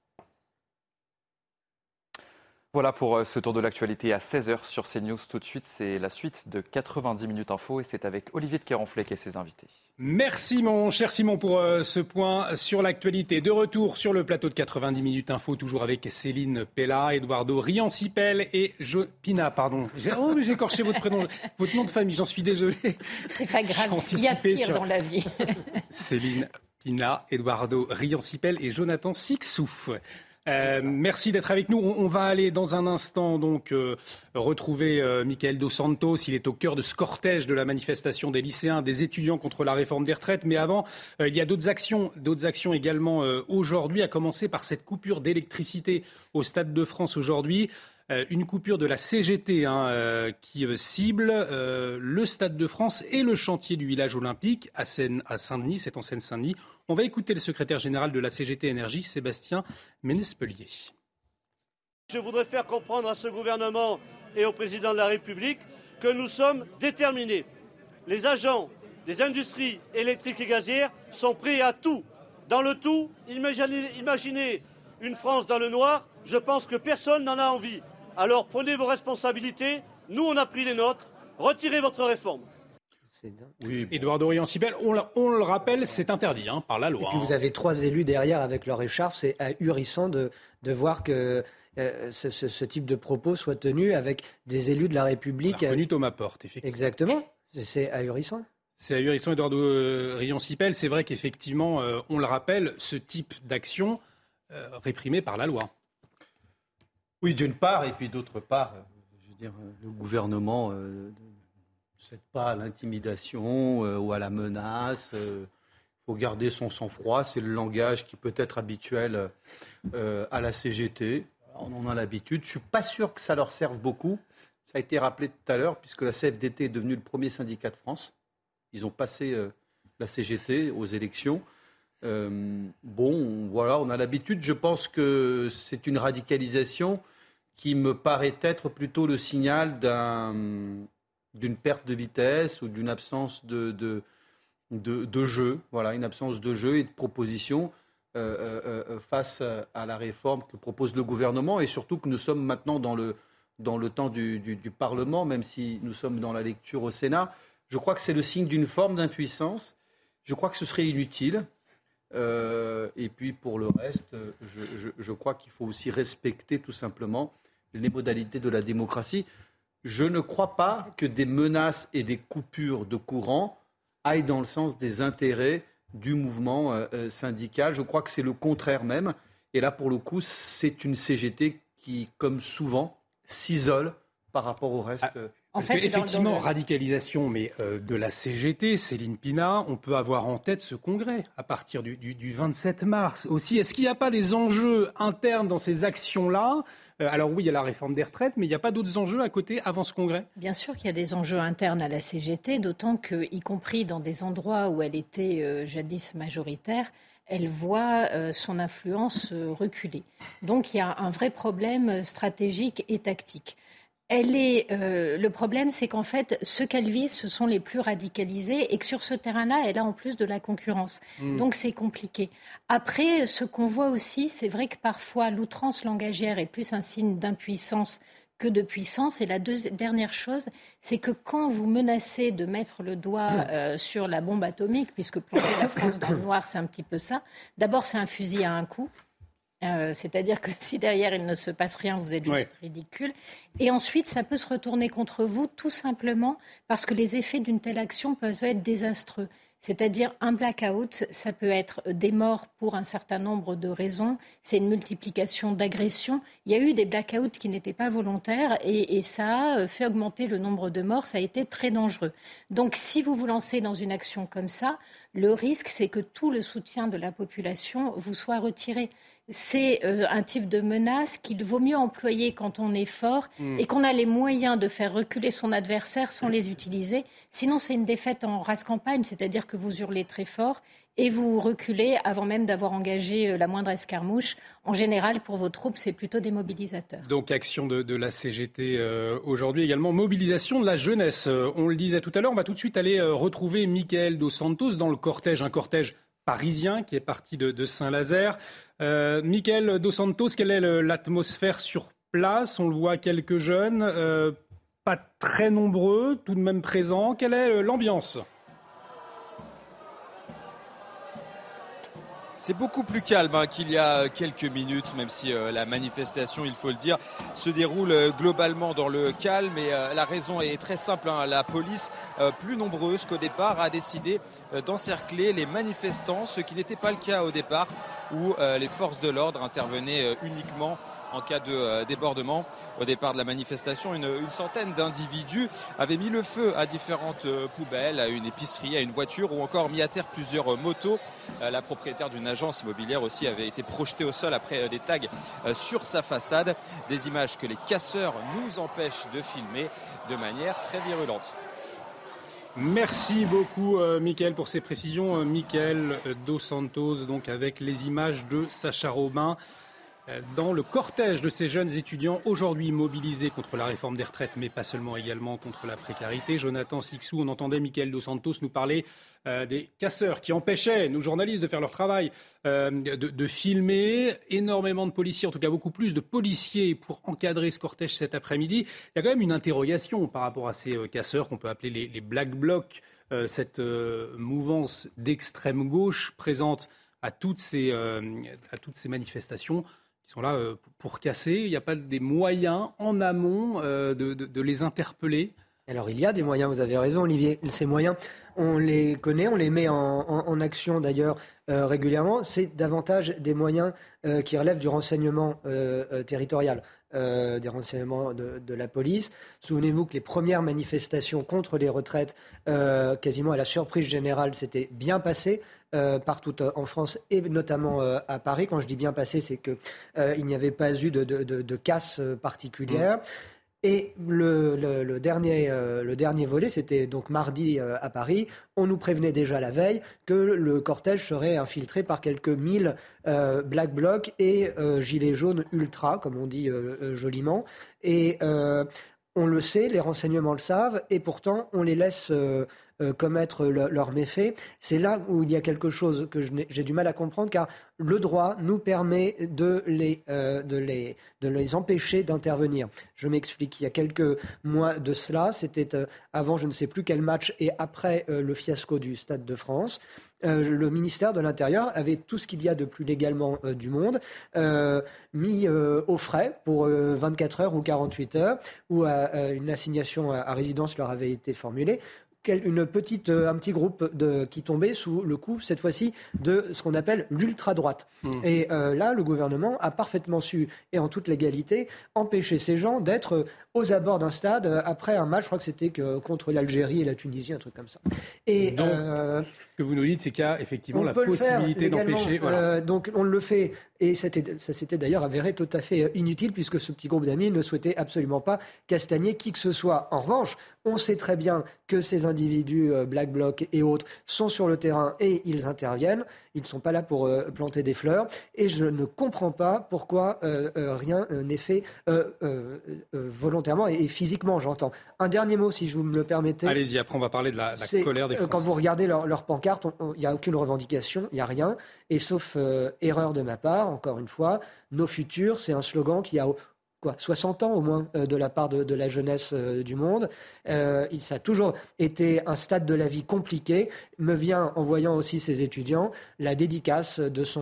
Voilà pour ce tour de l'actualité à 16h sur CNews. Tout de suite, c'est la suite de 90 minutes info et c'est avec Olivier de Kerenfleck et ses invités. Merci mon cher Simon pour ce point sur l'actualité. De retour sur le plateau de 90 minutes info, toujours avec Céline Pella, Eduardo Riancipel et Pina, pardon. J'ai écorché votre prénom, votre nom de famille, j'en suis désolé. C'est pas grave, il y a pire dans la vie. Céline Pina, Eduardo Riancipel et Jonathan Sixouf. Merci d'être avec nous. On va aller dans un instant donc retrouver Michael Dos Santos. Il est au cœur de ce cortège de la manifestation des lycéens, des étudiants contre la réforme des retraites. Mais avant, il y a d'autres actions également aujourd'hui, à commencer par cette coupure d'électricité au Stade de France aujourd'hui. Une coupure de la CGT qui cible le Stade de France et le chantier du village olympique à Saint-Denis, c'est en Seine-Saint-Denis. On va écouter le secrétaire général de la CGT Énergie, Sébastien Ménespelier. Je voudrais faire comprendre à ce gouvernement et au président de la République que nous sommes déterminés. Les agents des industries électriques et gazières sont prêts à tout. Dans le tout, imaginez une France dans le noir, je pense que personne n'en a envie. Alors prenez vos responsabilités, nous on a pris les nôtres, retirez votre réforme. Oui. Édouard Dorian-Sipel, on le rappelle, c'est interdit par la loi. Et puis vous avez 3 élus derrière avec leur écharpe, c'est ahurissant de voir que ce type de propos soit tenu avec des élus de la République. On a reconnu Thomas Porte, effectivement. Exactement, c'est ahurissant. C'est ahurissant, Édouard Dorian-Sipel. C'est vrai qu'effectivement, on le rappelle, ce type d'action réprimé par la loi. Oui, d'une part, et puis d'autre part, je veux dire, le gouvernement ne cède pas à l'intimidation ou à la menace. Il faut garder son sang-froid. C'est le langage qui peut être habituel à la CGT. On en a l'habitude. Je ne suis pas sûr que ça leur serve beaucoup. Ça a été rappelé tout à l'heure, puisque la CFDT est devenue le premier syndicat de France. Ils ont passé la CGT aux élections. Voilà, on a l'habitude. Je pense que c'est une radicalisation qui me paraît être plutôt le signal d'une perte de vitesse ou d'une absence de jeu. Voilà, une absence de jeu et de proposition face à la réforme que propose le gouvernement. Et surtout que nous sommes maintenant dans le temps du Parlement, même si nous sommes dans la lecture au Sénat. Je crois que c'est le signe d'une forme d'impuissance. Je crois que ce serait inutile. Et puis pour le reste, je crois qu'il faut aussi respecter tout simplement les modalités de la démocratie. Je ne crois pas que des menaces et des coupures de courant aillent dans le sens des intérêts du mouvement syndical. Je crois que c'est le contraire même. Et là, pour le coup, c'est une CGT qui, comme souvent, s'isole par rapport au reste. Parce qu'effectivement, radicalisation de la CGT, Céline Pina, on peut avoir en tête ce congrès à partir du 27 mars. Aussi, est-ce qu'il n'y a pas des enjeux internes dans ces actions-là ? Alors oui, il y a la réforme des retraites, mais il n'y a pas d'autres enjeux à côté avant ce congrès ? Bien sûr qu'il y a des enjeux internes à la CGT, d'autant que, y compris dans des endroits où elle était jadis majoritaire, elle voit son influence reculer. Donc il y a un vrai problème stratégique et tactique. Le problème, c'est qu'en fait, ceux qu'elle vise, ce sont les plus radicalisés et que sur ce terrain-là, elle a en plus de la concurrence. Donc, c'est compliqué. Après, ce qu'on voit aussi, c'est vrai que parfois, l'outrance langagière est plus un signe d'impuissance que de puissance. Et la dernière chose, c'est que quand vous menacez de mettre le doigt sur la bombe atomique, puisque plonger la France dans le noir, c'est un petit peu ça, d'abord, c'est un fusil à un coup. C'est-à-dire que si derrière il ne se passe rien, vous êtes juste ridicule. Et ensuite, ça peut se retourner contre vous tout simplement parce que les effets d'une telle action peuvent être désastreux. C'est-à-dire un blackout, ça peut être des morts pour un certain nombre de raisons. C'est une multiplication d'agressions. Il y a eu des blackouts qui n'étaient pas volontaires et ça a fait augmenter le nombre de morts. Ça a été très dangereux. Donc si vous vous lancez dans une action comme ça, le risque, c'est que tout le soutien de la population vous soit retiré. C'est un type de menace qu'il vaut mieux employer quand on est fort et qu'on a les moyens de faire reculer son adversaire sans les utiliser. Sinon, c'est une défaite en race campagne, c'est-à-dire que vous hurlez très fort et vous reculez avant même d'avoir engagé la moindre escarmouche. En général, pour vos troupes, c'est plutôt démobilisateur. Donc, action de la CGT aujourd'hui, également mobilisation de la jeunesse. On le disait tout à l'heure, on va tout de suite aller retrouver Mickaël Dos Santos dans le cortège, un cortège parisien qui est parti de Saint-Lazare. Mickaël Dos Santos, quelle est l'atmosphère sur place ? On le voit, quelques jeunes, pas très nombreux, tout de même présents. Quelle est l'ambiance ? C'est beaucoup plus calme qu'il y a quelques minutes, même si la manifestation, il faut le dire, se déroule globalement dans le calme. Et la raison est très simple. La police, plus nombreuse qu'au départ, a décidé d'encercler les manifestants, ce qui n'était pas le cas au départ, où les forces de l'ordre intervenaient uniquement en cas de débordement. Au départ de la manifestation, une centaine d'individus avaient mis le feu à différentes poubelles, à une épicerie, à une voiture ou encore mis à terre plusieurs motos. La propriétaire d'une agence immobilière aussi avait été projetée au sol après des tags sur sa façade. Des images que les casseurs nous empêchent de filmer de manière très virulente. Merci beaucoup Mickaël pour ces précisions. Mickaël Dos Santos, donc avec les images de Sacha Robin. dans le cortège de ces jeunes étudiants aujourd'hui mobilisés contre la réforme des retraites, mais pas seulement, également contre la précarité. Jonathan Sicsou, on entendait Mickaël Dos Santos nous parler des casseurs qui empêchaient nos journalistes de faire leur travail, de filmer. Énormément de policiers, en tout cas beaucoup plus de policiers pour encadrer ce cortège cet après-midi. Il y a quand même une interrogation par rapport à ces casseurs qu'on peut appeler les Black Blocs, cette mouvance d'extrême gauche présente à toutes ces manifestations qui sont là pour casser. Il n'y a pas des moyens en amont de les interpeller? Alors il y a des moyens, vous avez raison Olivier. Ces moyens, on les connaît, on les met en action d'ailleurs régulièrement. C'est davantage des moyens qui relèvent du renseignement territorial, des renseignements de la police. Souvenez-vous que les premières manifestations contre les retraites, quasiment à la surprise générale, s'étaient bien passées. Partout en France et notamment à Paris. Quand je dis bien passé, c'est qu'il n'y avait pas eu de casse particulière. Et le dernier volet, c'était donc mardi à Paris. On nous prévenait déjà la veille que le cortège serait infiltré par quelques 1000 Black Blocs et gilets jaunes ultra, comme on dit joliment. Et on le sait, les renseignements le savent, et pourtant on les laisse commettre leurs méfaits. C'est là où il y a quelque chose que j'ai du mal à comprendre, car le droit nous permet de les empêcher d'intervenir. Je m'explique. Il y a quelques mois de cela, c'était avant je ne sais plus quel match et après le fiasco du Stade de France, le ministère de l'Intérieur avait tout ce qu'il y a de plus légalement du monde mis au frais pour 24 heures ou 48 heures, où une assignation à résidence leur avait été formulée. Un petit groupe qui tombait sous le coup, cette fois-ci, de ce qu'on appelle l'ultra-droite. Et là, le gouvernement a parfaitement su, et en toute légalité, empêcher ces gens d'être aux abords d'un stade après un match, je crois que c'était contre l'Algérie et la Tunisie, un truc comme ça. Et donc, ce que vous nous dites, c'est qu'il y a effectivement la possibilité d'empêcher. Voilà. Donc on le fait, et ça s'était d'ailleurs avéré tout à fait inutile, puisque ce petit groupe d'amis ne souhaitait absolument pas castagner qui que ce soit. En revanche, on sait très bien que ces individus, Black Bloc et autres, sont sur le terrain et ils interviennent. Ils ne sont pas là pour planter des fleurs. Et je ne comprends pas pourquoi rien n'est fait volontairement et physiquement, j'entends. Un dernier mot, si vous me le permettez. Allez-y, après on va parler de la colère des Français. Quand vous regardez leur pancarte, il n'y a aucune revendication, il n'y a rien. Et sauf erreur de ma part, encore une fois, nos futurs, c'est un slogan qui a 60 ans au moins de la part de la jeunesse du monde. Ça a toujours été un stade de la vie compliqué. Me vient, en voyant aussi ces étudiants, la dédicace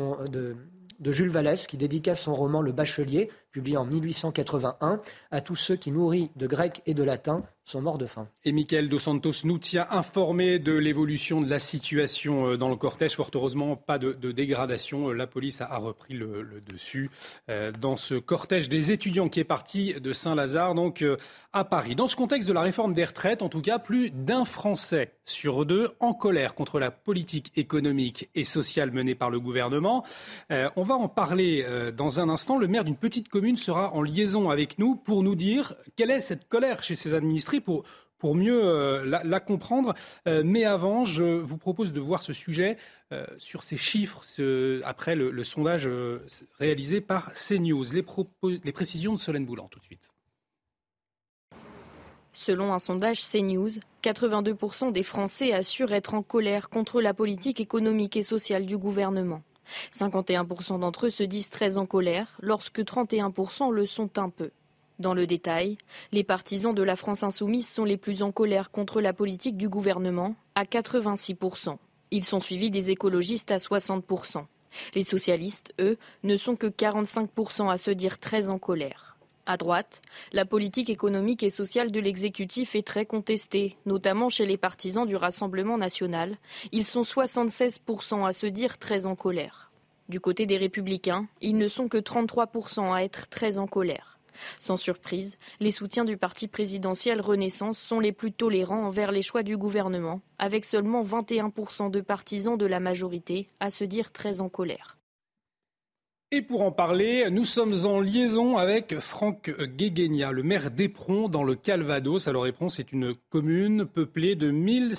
de Jules Vallès, qui dédicace son roman Le Bachelier, publié en 1881, à tous ceux qui, nourris de grec et de latin, sont morts de faim. Et Mickaël Dos Santos nous tient informés de l'évolution de la situation dans le cortège. Fort heureusement, pas de dégradation. La police a repris le dessus dans ce cortège des étudiants qui est parti de Saint-Lazare, donc à Paris. Dans ce contexte de la réforme des retraites, en tout cas, plus d'un Français sur deux en colère contre la politique économique et sociale menée par le gouvernement. On va en parler dans un instant. Le maire d'une petite commune sera en liaison avec nous pour nous dire quelle est cette colère chez ses administrés pour mieux la comprendre. Mais avant, je vous propose de voir ce sujet sur ces chiffres après le sondage réalisé par CNews. Les précisions de Solène Boulan tout de suite. Selon un sondage CNews, 82% des Français assurent être en colère contre la politique économique et sociale du gouvernement. 51% d'entre eux se disent très en colère, lorsque 31% le sont un peu. Dans le détail, les partisans de la France insoumise sont les plus en colère contre la politique du gouvernement, à 86%. Ils sont suivis des écologistes à 60%. Les socialistes, eux, ne sont que 45% à se dire très en colère. À droite, la politique économique et sociale de l'exécutif est très contestée, notamment chez les partisans du Rassemblement national. Ils sont 76% à se dire très en colère. Du côté des Républicains, ils ne sont que 33% à être très en colère. Sans surprise, les soutiens du parti présidentiel Renaissance sont les plus tolérants envers les choix du gouvernement, avec seulement 21% de partisans de la majorité à se dire très en colère. Et pour en parler, nous sommes en liaison avec Franck Guéguegna, le maire d'Éperon dans le Calvados. Alors Éperon, c'est une commune peuplée de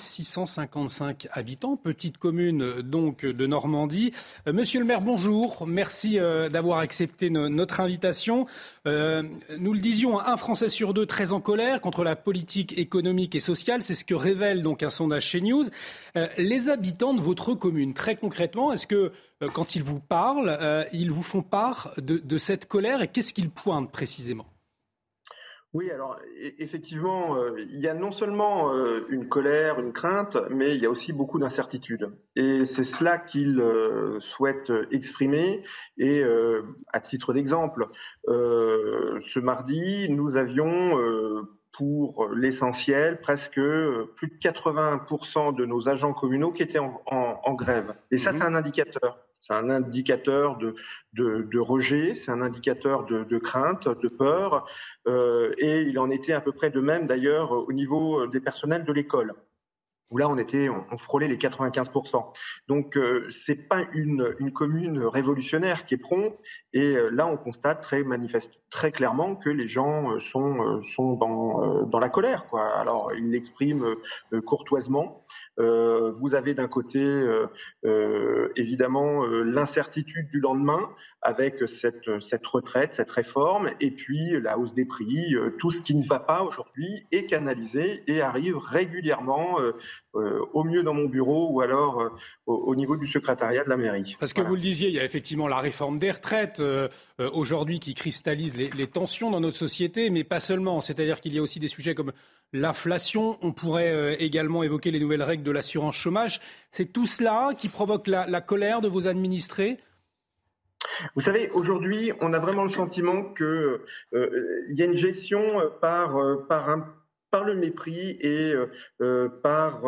1655 habitants, petite commune donc de Normandie. Monsieur le maire, bonjour. Merci d'avoir accepté notre invitation. Nous le disions, un Français sur deux très en colère contre la politique économique et sociale. C'est ce que révèle donc un sondage CNews. Les habitants de votre commune, très concrètement, est-ce que quand ils vous parlent, ils vous font part de cette colère et qu'est-ce qu'ils pointent précisément ? Oui, alors effectivement, il y a non seulement une colère, une crainte, mais il y a aussi beaucoup d'incertitudes. Et c'est cela qu'ils souhaitent exprimer. Et à titre d'exemple, ce mardi, nous avions pour l'essentiel presque plus de 80% de nos agents communaux qui étaient en grève. Et ça, c'est un indicateur. C'est un indicateur de rejet, c'est un indicateur de crainte, de peur, et il en était à peu près de même d'ailleurs au niveau des personnels de l'école, où là on frôlait les 95%. Donc c'est pas une commune révolutionnaire qu'Éperon, et là on constate très clairement que les gens sont dans la colère, quoi. Alors ils l'expriment courtoisement. Vous avez d'un côté évidemment l'incertitude du lendemain avec cette retraite, cette réforme, et puis la hausse des prix, tout ce qui ne va pas aujourd'hui est canalisé et arrive régulièrement au mieux dans mon bureau ou alors au niveau du secrétariat de la mairie. Parce que vous le disiez, il y a effectivement la réforme des retraites aujourd'hui qui cristallise les tensions dans notre société, mais pas seulement. C'est-à-dire qu'il y a aussi des sujets comme l'inflation. On pourrait également évoquer les nouvelles règles de l'assurance chômage. C'est tout cela qui provoque la colère de vos administrés ? Vous savez, aujourd'hui, on a vraiment le sentiment qu'il y a une gestion par le mépris et par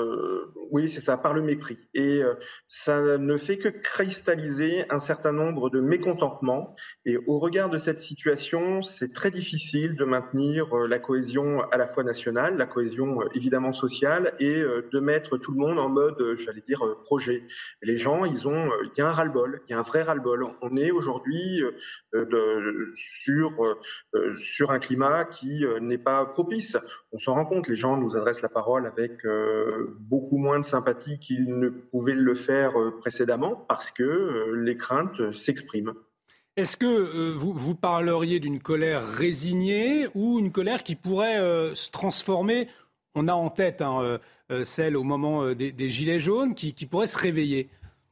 le mépris. Et ça ne fait que cristalliser un certain nombre de mécontentements. Et au regard de cette situation, c'est très difficile de maintenir la cohésion à la fois nationale, la cohésion évidemment sociale, et de mettre tout le monde en mode, projet. Les gens, il y a un ras-le-bol, il y a un vrai ras-le-bol. On est aujourd'hui sur un climat qui n'est pas propice. On s'en rend compte, les gens nous adressent la parole avec beaucoup moins de sympathie qu'ils ne pouvaient le faire précédemment parce que les craintes s'expriment. Est-ce que vous parleriez d'une colère résignée ou une colère qui pourrait se transformer ? On a en tête celle au moment des Gilets jaunes qui pourrait se réveiller.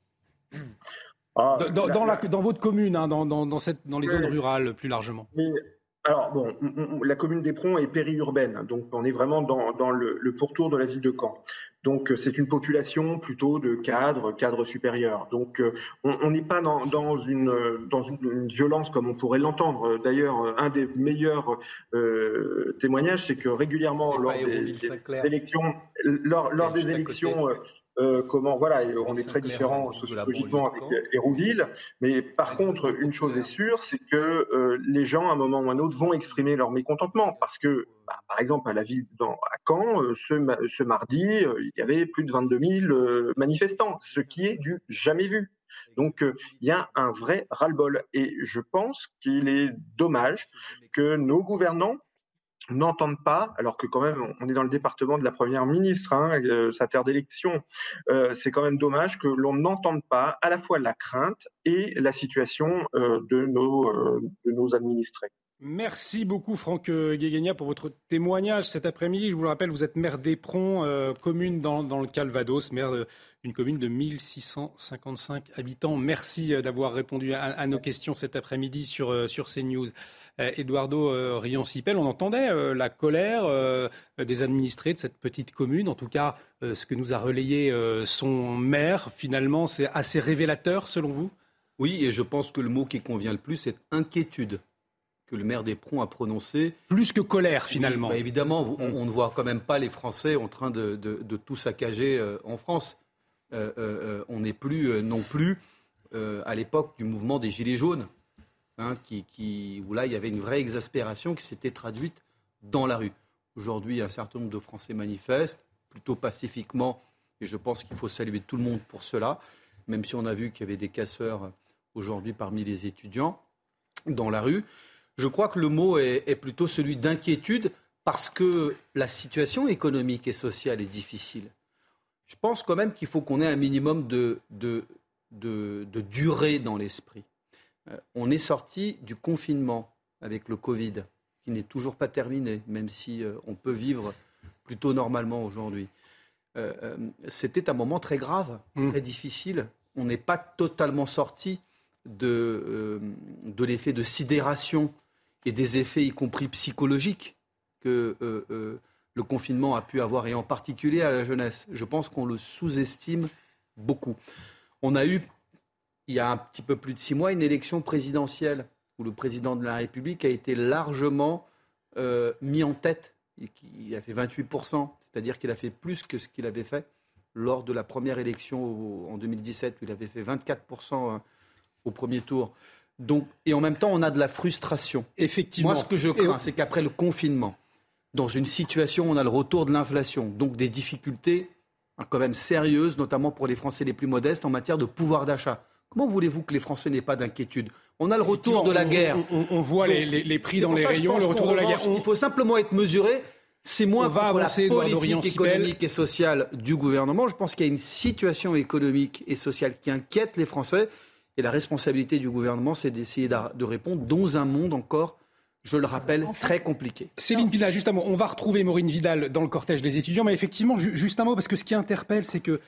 Dans votre commune, dans les zones rurales plus largement. Alors bon, la commune d'Éperon est périurbaine, donc on est vraiment dans le pourtour de la ville de Caen. Donc c'est une population plutôt de cadres supérieurs. Donc on n'est pas dans une violence comme on pourrait l'entendre. D'ailleurs, un des meilleurs témoignages, c'est que régulièrement lors des élections, on est très différents sociologiquement avec Hérouville, mais par contre, une chose est sûre, c'est que les gens, à un moment ou à un autre, vont exprimer leur mécontentement, parce que, par exemple, à la ville à Caen, ce mardi, il y avait plus de 22 000 manifestants, ce qui est du jamais vu. Donc, il y a un vrai ras-le-bol, et je pense qu'il est dommage que nos gouvernants n'entendent pas, alors que quand même on est dans le département de la Première ministre, sa terre d'élection, c'est quand même dommage que l'on n'entende pas à la fois la crainte et la situation de nos administrés. Merci beaucoup Franck Guéguegna pour votre témoignage cet après-midi. Je vous le rappelle, vous êtes maire d'Éperon, commune dans le Calvados, maire d'une commune de 1655 habitants. Merci d'avoir répondu à nos questions cet après-midi sur CNews. Eduardo Rion-Cipel, on entendait la colère des administrés de cette petite commune. En tout cas, ce que nous a relayé son maire, finalement, c'est assez révélateur selon vous ? Oui, et je pense que le mot qui convient le plus, c'est inquiétude, que le maire d'Éperon a prononcé. Plus que colère, finalement. Oui, évidemment, on ne voit quand même pas les Français en train de tout saccager en France. On n'est plus non plus à l'époque du mouvement des Gilets jaunes, où là, il y avait une vraie exaspération qui s'était traduite dans la rue. Aujourd'hui, un certain nombre de Français manifestent, plutôt pacifiquement, et je pense qu'il faut saluer tout le monde pour cela, même si on a vu qu'il y avait des casseurs aujourd'hui parmi les étudiants dans la rue. Je crois que le mot est plutôt celui d'inquiétude parce que la situation économique et sociale est difficile. Je pense quand même qu'il faut qu'on ait un minimum de durée dans l'esprit. On est sorti du confinement avec le Covid, qui n'est toujours pas terminé, même si on peut vivre plutôt normalement aujourd'hui. C'était un moment très grave, très difficile. On n'est pas totalement sorti de l'effet de sidération et des effets, y compris psychologiques, que le confinement a pu avoir, et en particulier à la jeunesse. Je pense qu'on le sous-estime beaucoup. On a eu, il y a un petit peu plus de 6 mois, une élection présidentielle où le président de la République a été largement mis en tête. Il a fait 28%, c'est-à-dire qu'il a fait plus que ce qu'il avait fait lors de la première élection en 2017, où il avait fait 24% au premier tour. Donc, et en même temps, on a de la frustration. Effectivement. Moi, ce que je crains, c'est qu'après le confinement, dans une situation où on a le retour de l'inflation, donc des difficultés quand même sérieuses, notamment pour les Français les plus modestes en matière de pouvoir d'achat. Comment voulez-vous que les Français n'aient pas d'inquiétude ? On a le retour de la guerre. On voit les prix dans les rayons, le retour de la guerre. Il faut simplement être mesuré. C'est moins pour la politique économique et sociale du gouvernement. Je pense qu'il y a une situation économique et sociale qui inquiète les Français. Et la responsabilité du gouvernement, c'est d'essayer de répondre dans un monde encore, je le rappelle, très compliqué. Céline Pina, juste un mot. On va retrouver Maureen Vidal dans le cortège des étudiants. Mais effectivement, juste un mot, parce que ce qui interpelle, c'est que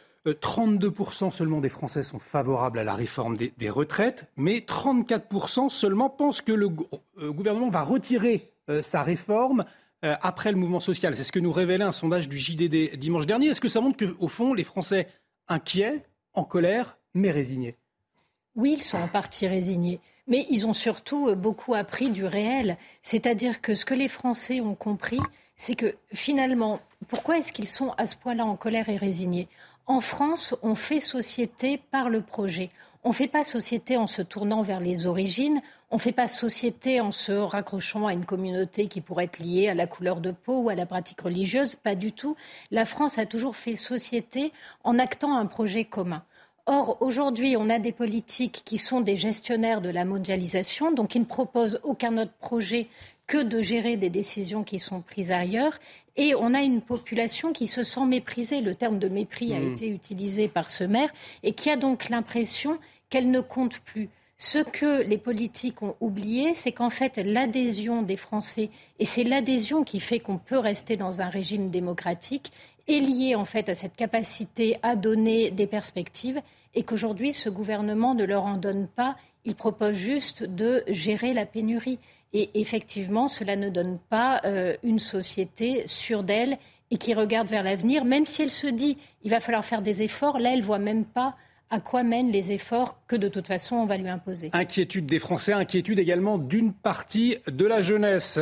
32% seulement des Français sont favorables à la réforme des retraites, mais 34% seulement pensent que le gouvernement va retirer sa réforme après le mouvement social. C'est ce que nous révélait un sondage du JDD dimanche dernier. Est-ce que ça montre qu'au fond, les Français inquiets, en colère, mais résignés ? Oui, ils sont en partie résignés. Mais ils ont surtout beaucoup appris du réel. C'est-à-dire que ce que les Français ont compris, c'est que finalement, pourquoi est-ce qu'ils sont à ce point-là en colère et résignés ? En France, on fait société par le projet. On ne fait pas société en se tournant vers les origines. On ne fait pas société en se raccrochant à une communauté qui pourrait être liée à la couleur de peau ou à la pratique religieuse. Pas du tout. La France a toujours fait société en actant un projet commun. Or, aujourd'hui, on a des politiques qui sont des gestionnaires de la mondialisation, donc qui ne proposent aucun autre projet que de gérer des décisions qui sont prises ailleurs. Et on a une population qui se sent méprisée. Le terme de mépris a été utilisé par ce maire et qui a donc l'impression qu'elle ne compte plus. Ce que les politiques ont oublié, c'est qu'en fait, l'adhésion des Français, et c'est l'adhésion qui fait qu'on peut rester dans un régime démocratique, est liée en fait à cette capacité à donner des perspectives et qu'aujourd'hui, ce gouvernement ne leur en donne pas. Il propose juste de gérer la pénurie. Et effectivement, cela ne donne pas une société sûre d'elle et qui regarde vers l'avenir, même si elle se dit il va falloir faire des efforts. Là, elle ne voit même pas à quoi mènent les efforts que de toute façon on va lui imposer. Inquiétude des Français, inquiétude également d'une partie de la jeunesse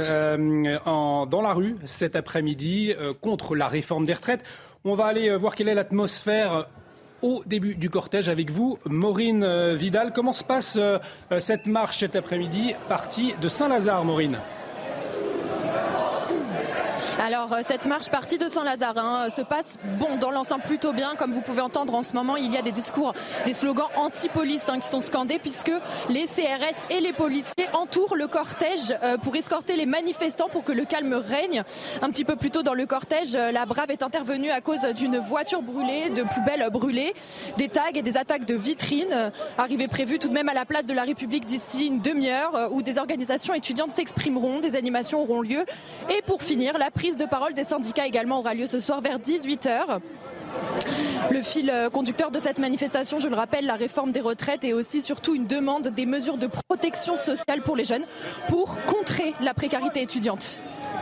dans la rue cet après-midi contre la réforme des retraites. On va aller voir quelle est l'atmosphère au début du cortège avec vous. Maureen Vidal, comment se passe cette marche cet après-midi, partie de Saint-Lazare, Maureen ? Alors cette marche partie de Saint-Lazare se passe dans l'ensemble plutôt bien. Comme vous pouvez entendre en ce moment, il y a des discours, des slogans anti-police qui sont scandés puisque les CRS et les policiers entourent le cortège pour escorter les manifestants pour que le calme règne. Un petit peu plus tôt dans le cortège, la Brave est intervenue à cause d'une voiture brûlée, de poubelles brûlées, des tags et des attaques de vitrines. Arrivée prévue tout de même à la place de la République d'ici une demi-heure où des organisations étudiantes s'exprimeront, des animations auront lieu. Et pour finir, la prise de parole des syndicats également aura lieu ce soir vers 18h. Le fil conducteur de cette manifestation, je le rappelle, la réforme des retraites et aussi surtout une demande des mesures de protection sociale pour les jeunes pour contrer la précarité étudiante.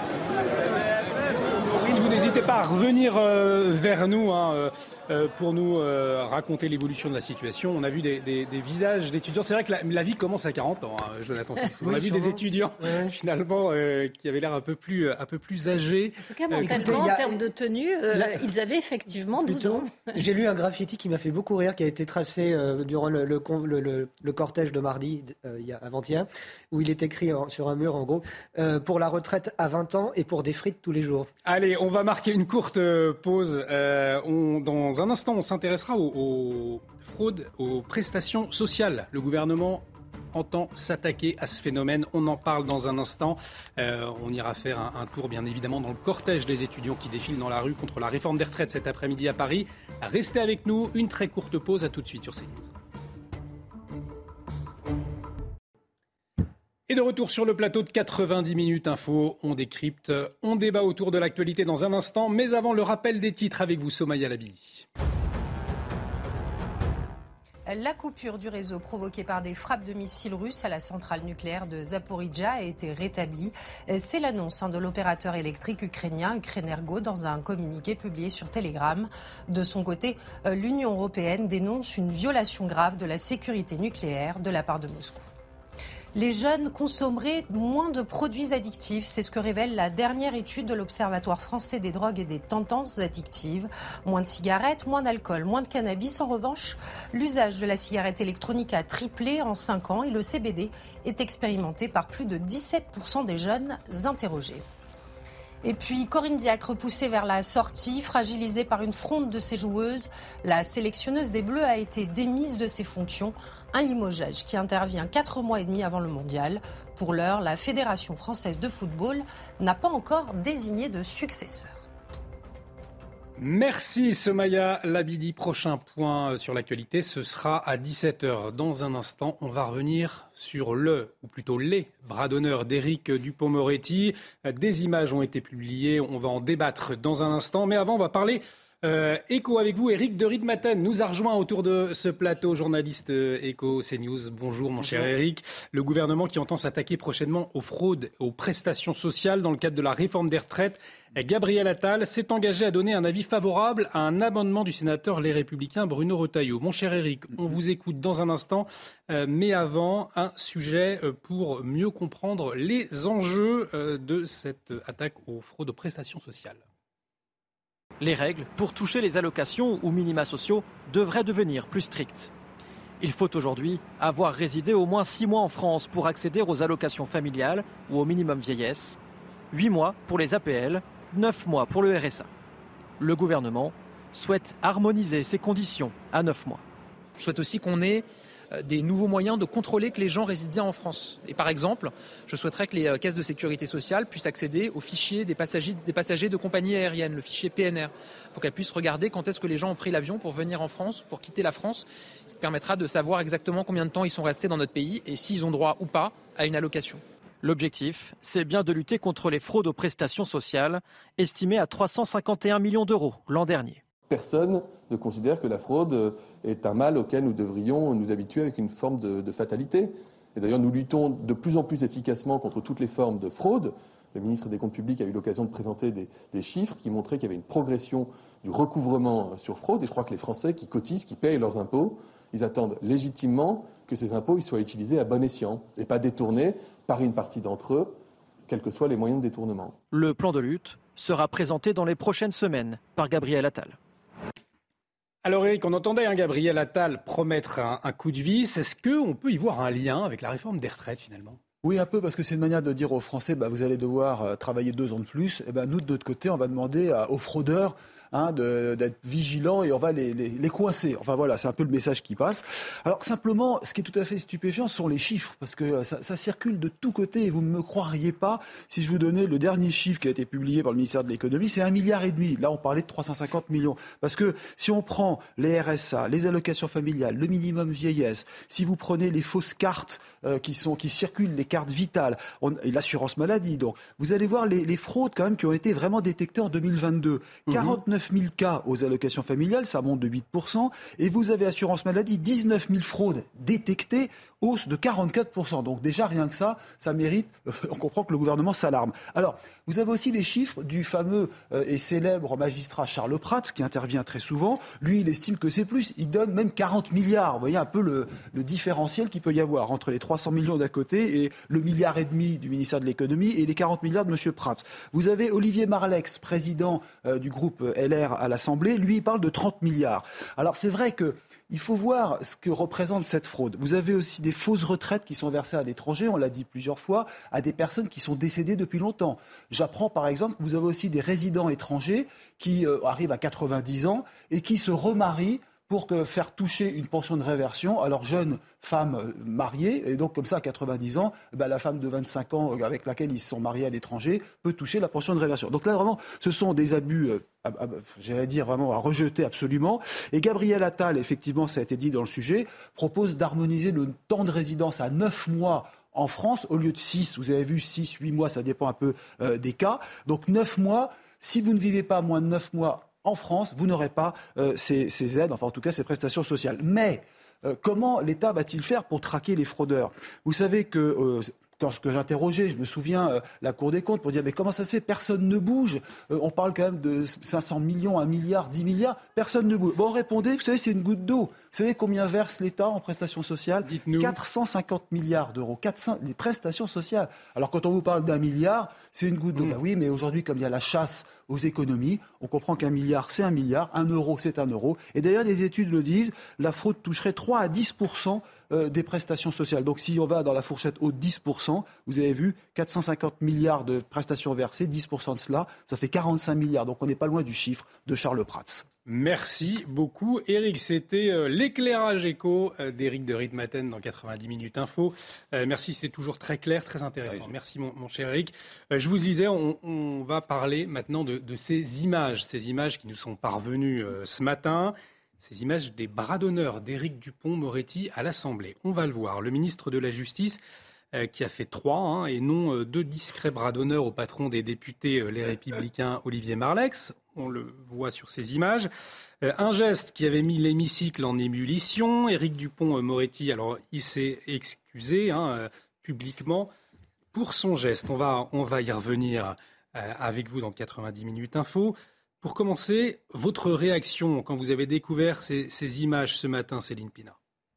Vous n'hésitez pas à revenir vers nous pour nous raconter l'évolution de la situation. On a vu des visages d'étudiants. C'est vrai que la vie commence à 40 ans, Jonathan Six. On a vu des étudiants finalement qui avaient l'air un peu plus âgés. En tout cas, mentalement, en termes de tenue, ils avaient effectivement 12 ans. J'ai lu un graffiti qui m'a fait beaucoup rire, qui a été tracé durant le cortège de mardi, avant-hier, où il est écrit sur un mur, en gros, pour la retraite à 20 ans et pour des frites tous les jours. Allez, on va marquer marque une courte pause. Dans un instant, on s'intéressera aux fraudes, aux prestations sociales. Le gouvernement entend s'attaquer à ce phénomène. On en parle dans un instant. On ira faire un tour, bien évidemment, dans le cortège des étudiants qui défilent dans la rue contre la réforme des retraites cet après-midi à Paris. Restez avec nous. Une très courte pause. À tout de suite sur CNews. Et de retour sur le plateau de 90 minutes info, on décrypte, on débat autour de l'actualité dans un instant, mais avant le rappel des titres avec vous, Somaya Labidi. La coupure du réseau provoquée par des frappes de missiles russes à la centrale nucléaire de Zaporijjia a été rétablie. C'est l'annonce de l'opérateur électrique ukrainien Ukrenergo dans un communiqué publié sur Telegram. De son côté, l'Union européenne dénonce une violation grave de la sécurité nucléaire de la part de Moscou. Les jeunes consommeraient moins de produits addictifs. C'est ce que révèle la dernière étude de l'Observatoire français des drogues et des tendances addictives. Moins de cigarettes, moins d'alcool, moins de cannabis. En revanche, l'usage de la cigarette électronique a triplé en 5 ans et le CBD est expérimenté par plus de 17% des jeunes interrogés. Et puis Corinne Diacre repoussée vers la sortie, fragilisée par une fronde de ses joueuses. La sélectionneuse des Bleus a été démise de ses fonctions. Un limogeage qui intervient 4 mois et demi avant le mondial. Pour l'heure, la Fédération française de football n'a pas encore désigné de successeur. Merci Somaya Labidi. Prochain point sur l'actualité, ce sera à 17h. Dans un instant, on va revenir sur les bras d'honneur d'Éric Dupond-Moretti. Des images ont été publiées, on va en débattre dans un instant. Mais avant, on va parler éco avec vous. Éric de Ritmaten nous a rejoint autour de ce plateau, journaliste éco CNews. Bonjour mon cher Éric. Le gouvernement qui entend s'attaquer prochainement aux fraudes, aux prestations sociales dans le cadre de la réforme des retraites. Gabriel Attal s'est engagé à donner un avis favorable à un amendement du sénateur Les Républicains Bruno Retailleau. Mon cher Éric, on vous écoute dans un instant, mais avant, un sujet pour mieux comprendre les enjeux de cette attaque aux fraudes aux prestations sociales. Les règles pour toucher les allocations ou minima sociaux devraient devenir plus strictes. Il faut aujourd'hui avoir résidé au moins 6 mois en France pour accéder aux allocations familiales ou au minimum vieillesse, 8 mois pour les APL, 9 mois pour le RSA. Le gouvernement souhaite harmoniser ces conditions à 9 mois. Je souhaite aussi qu'on ait des nouveaux moyens de contrôler que les gens résident bien en France. Et par exemple, je souhaiterais que les caisses de sécurité sociale puissent accéder au fichier des passagers de compagnies aériennes, le fichier PNR, pour qu'elles puissent regarder quand est-ce que les gens ont pris l'avion pour venir en France, pour quitter la France, ce qui permettra de savoir exactement combien de temps ils sont restés dans notre pays et s'ils ont droit ou pas à une allocation. L'objectif, c'est bien de lutter contre les fraudes aux prestations sociales, estimées à 351 millions d'euros l'an dernier. Personne ne considère que la fraude est un mal auquel nous devrions nous habituer avec une forme de fatalité. Et d'ailleurs, nous luttons de plus en plus efficacement contre toutes les formes de fraude. Le ministre des Comptes publics a eu l'occasion de présenter des chiffres qui montraient qu'il y avait une progression du recouvrement sur fraude. Et je crois que les Français qui cotisent, qui payent leurs impôts, ils attendent légitimement que ces impôts ils soient utilisés à bon escient et pas détournés par une partie d'entre eux, quels que soient les moyens de détournement. Le plan de lutte sera présenté dans les prochaines semaines par Gabriel Attal. Alors Eric, on entendait Gabriel Attal promettre un coup de vis. Est-ce qu'on peut y voir un lien avec la réforme des retraites finalement ? Oui, un peu, parce que c'est une manière de dire aux Français, vous allez devoir travailler 2 ans de plus. Et nous, de notre côté, on va demander aux fraudeurs d'être vigilants et on va les coincer. Enfin voilà, c'est un peu le message qui passe. Alors simplement, ce qui est tout à fait stupéfiant, ce sont les chiffres, parce que ça circule de tous côtés et vous ne me croiriez pas si je vous donnais le dernier chiffre qui a été publié par le ministère de l'économie, c'est 1,5 milliard. Là, on parlait de 350 millions. Parce que si on prend les RSA, les allocations familiales, le minimum vieillesse, si vous prenez les fausses cartes qui circulent, les cartes vitales, et l'assurance maladie, donc vous allez voir les fraudes quand même qui ont été vraiment détectées en 2022. 49 000 cas aux allocations familiales, ça monte de 8%, et vous avez assurance maladie, 19 000 fraudes détectées, hausse de 44%. Donc déjà, rien que ça mérite, on comprend que le gouvernement s'alarme. Alors, vous avez aussi les chiffres du fameux et célèbre magistrat Charles Prats, qui intervient très souvent. Lui, il estime que c'est plus, il donne même 40 milliards. Vous voyez un peu le différentiel qu'il peut y avoir entre les 300 millions d'un côté et le 1,5 milliard du ministère de l'économie et les 40 milliards de M. Prats. Vous avez Olivier Marleix, président du groupe LR à l'Assemblée, lui, il parle de 30 milliards. Alors c'est vrai que il faut voir ce que représente cette fraude. Vous avez aussi des fausses retraites qui sont versées à l'étranger, on l'a dit plusieurs fois, à des personnes qui sont décédées depuis longtemps. J'apprends par exemple que vous avez aussi des résidents étrangers qui arrivent à 90 ans et qui se remarient pour faire toucher une pension de réversion à leur jeune femme mariée. Et donc, comme ça, à 90 ans, la femme de 25 ans avec laquelle ils se sont mariés à l'étranger peut toucher la pension de réversion. Donc là, vraiment, ce sont des abus, j'allais dire, vraiment à rejeter absolument. Et Gabriel Attal, effectivement, ça a été dit dans le sujet, propose d'harmoniser le temps de résidence à 9 mois en France, au lieu de 6. Vous avez vu, 6, 8 mois, ça dépend un peu des cas. Donc 9 mois, si vous ne vivez pas moins de 9 mois en France, vous n'aurez pas ces aides, enfin en tout cas ces prestations sociales. Mais comment l'État va-t-il faire pour traquer les fraudeurs ? Vous savez que lorsque j'interrogeais, je me souviens, la Cour des comptes pour dire mais comment ça se fait ? Personne ne bouge. On parle quand même de 500 millions, 1 milliard, 10 milliards. Personne ne bouge. Bon, répondez, vous savez, c'est une goutte d'eau. Vous savez combien verse l'État en prestations sociales ? 450 milliards d'euros. Les prestations sociales. Alors quand on vous parle d'1 milliard, c'est une goutte d'eau. Ben oui, mais aujourd'hui, comme il y a la chasse aux économies, on comprend qu'un milliard, c'est 1 milliard. 1 euro, c'est 1 euro. Et d'ailleurs, des études le disent, la fraude toucherait 3 à 10% des prestations sociales. Donc si on va dans la fourchette haute 10%, vous avez vu 450 milliards de prestations versées, 10% de cela, ça fait 45 milliards. Donc on n'est pas loin du chiffre de Charles Prats. Merci beaucoup Éric. C'était l'éclairage éco d'Éric de Ritmaten dans 90 minutes info. Merci, c'était toujours très clair, très intéressant. Merci mon cher Éric. Je vous disais, on va parler maintenant de ces images qui nous sont parvenues ce matin. Ces images des bras d'honneur d'Éric Dupond-Moretti à l'Assemblée. On va le voir. Le ministre de la Justice qui a fait 3 et non 2 discrets bras d'honneur au patron des députés Les Républicains, Olivier Marleix. On le voit sur ces images. Un geste qui avait mis l'hémicycle en ébullition. Éric Dupond-Moretti, alors il s'est excusé publiquement pour son geste. On va y revenir avec vous dans 90 minutes info. Pour commencer, votre réaction quand vous avez découvert ces images ce matin, Céline Pina?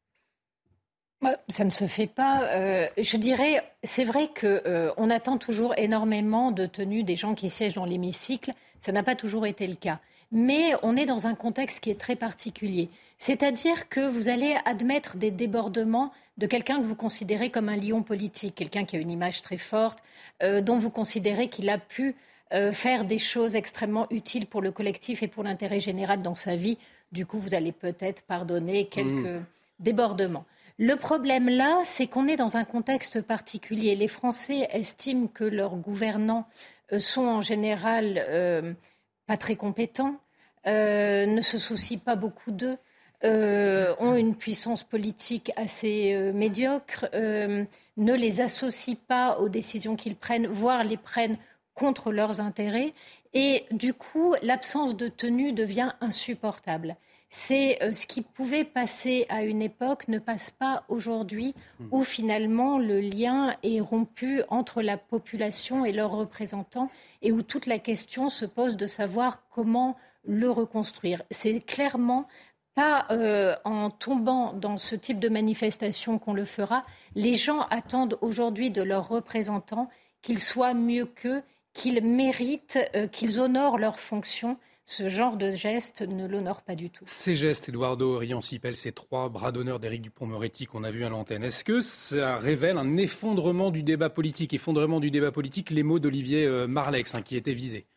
Ça ne se fait pas. Je dirais, c'est vrai qu'on attend toujours énormément de tenues des gens qui siègent dans l'hémicycle. Ça n'a pas toujours été le cas. Mais on est dans un contexte qui est très particulier. C'est-à-dire que vous allez admettre des débordements de quelqu'un que vous considérez comme un lion politique, quelqu'un qui a une image très forte, dont vous considérez qu'il a pu faire des choses extrêmement utiles pour le collectif et pour l'intérêt général dans sa vie. Du coup, vous allez peut-être pardonner quelques débordements. Le problème là, c'est qu'on est dans un contexte particulier. Les Français estiment que leurs gouvernants sont en général pas très compétents, ne se soucient pas beaucoup d'eux, ont une puissance politique assez médiocre, ne les associent pas aux décisions qu'ils prennent, voire les prennent contre leurs intérêts. Et du coup, l'absence de tenue devient insupportable. C'est ce qui pouvait passer à une époque ne passe pas aujourd'hui, où finalement le lien est rompu entre la population et leurs représentants et où toute la question se pose de savoir comment le reconstruire. C'est clairement pas en tombant dans ce type de manifestation qu'on le fera. Les gens attendent aujourd'hui de leurs représentants qu'ils soient mieux qu'eux, qu'ils méritent, qu'ils honorent leurs fonctions. Ce genre de geste ne l'honore pas du tout. Ces gestes, Eduardo Riancipel, ces 3 bras d'honneur d'Éric Dupond-Moretti qu'on a vus à l'antenne, est-ce que ça révèle un effondrement du débat politique, les mots d'Olivier Marleix qui étaient visés?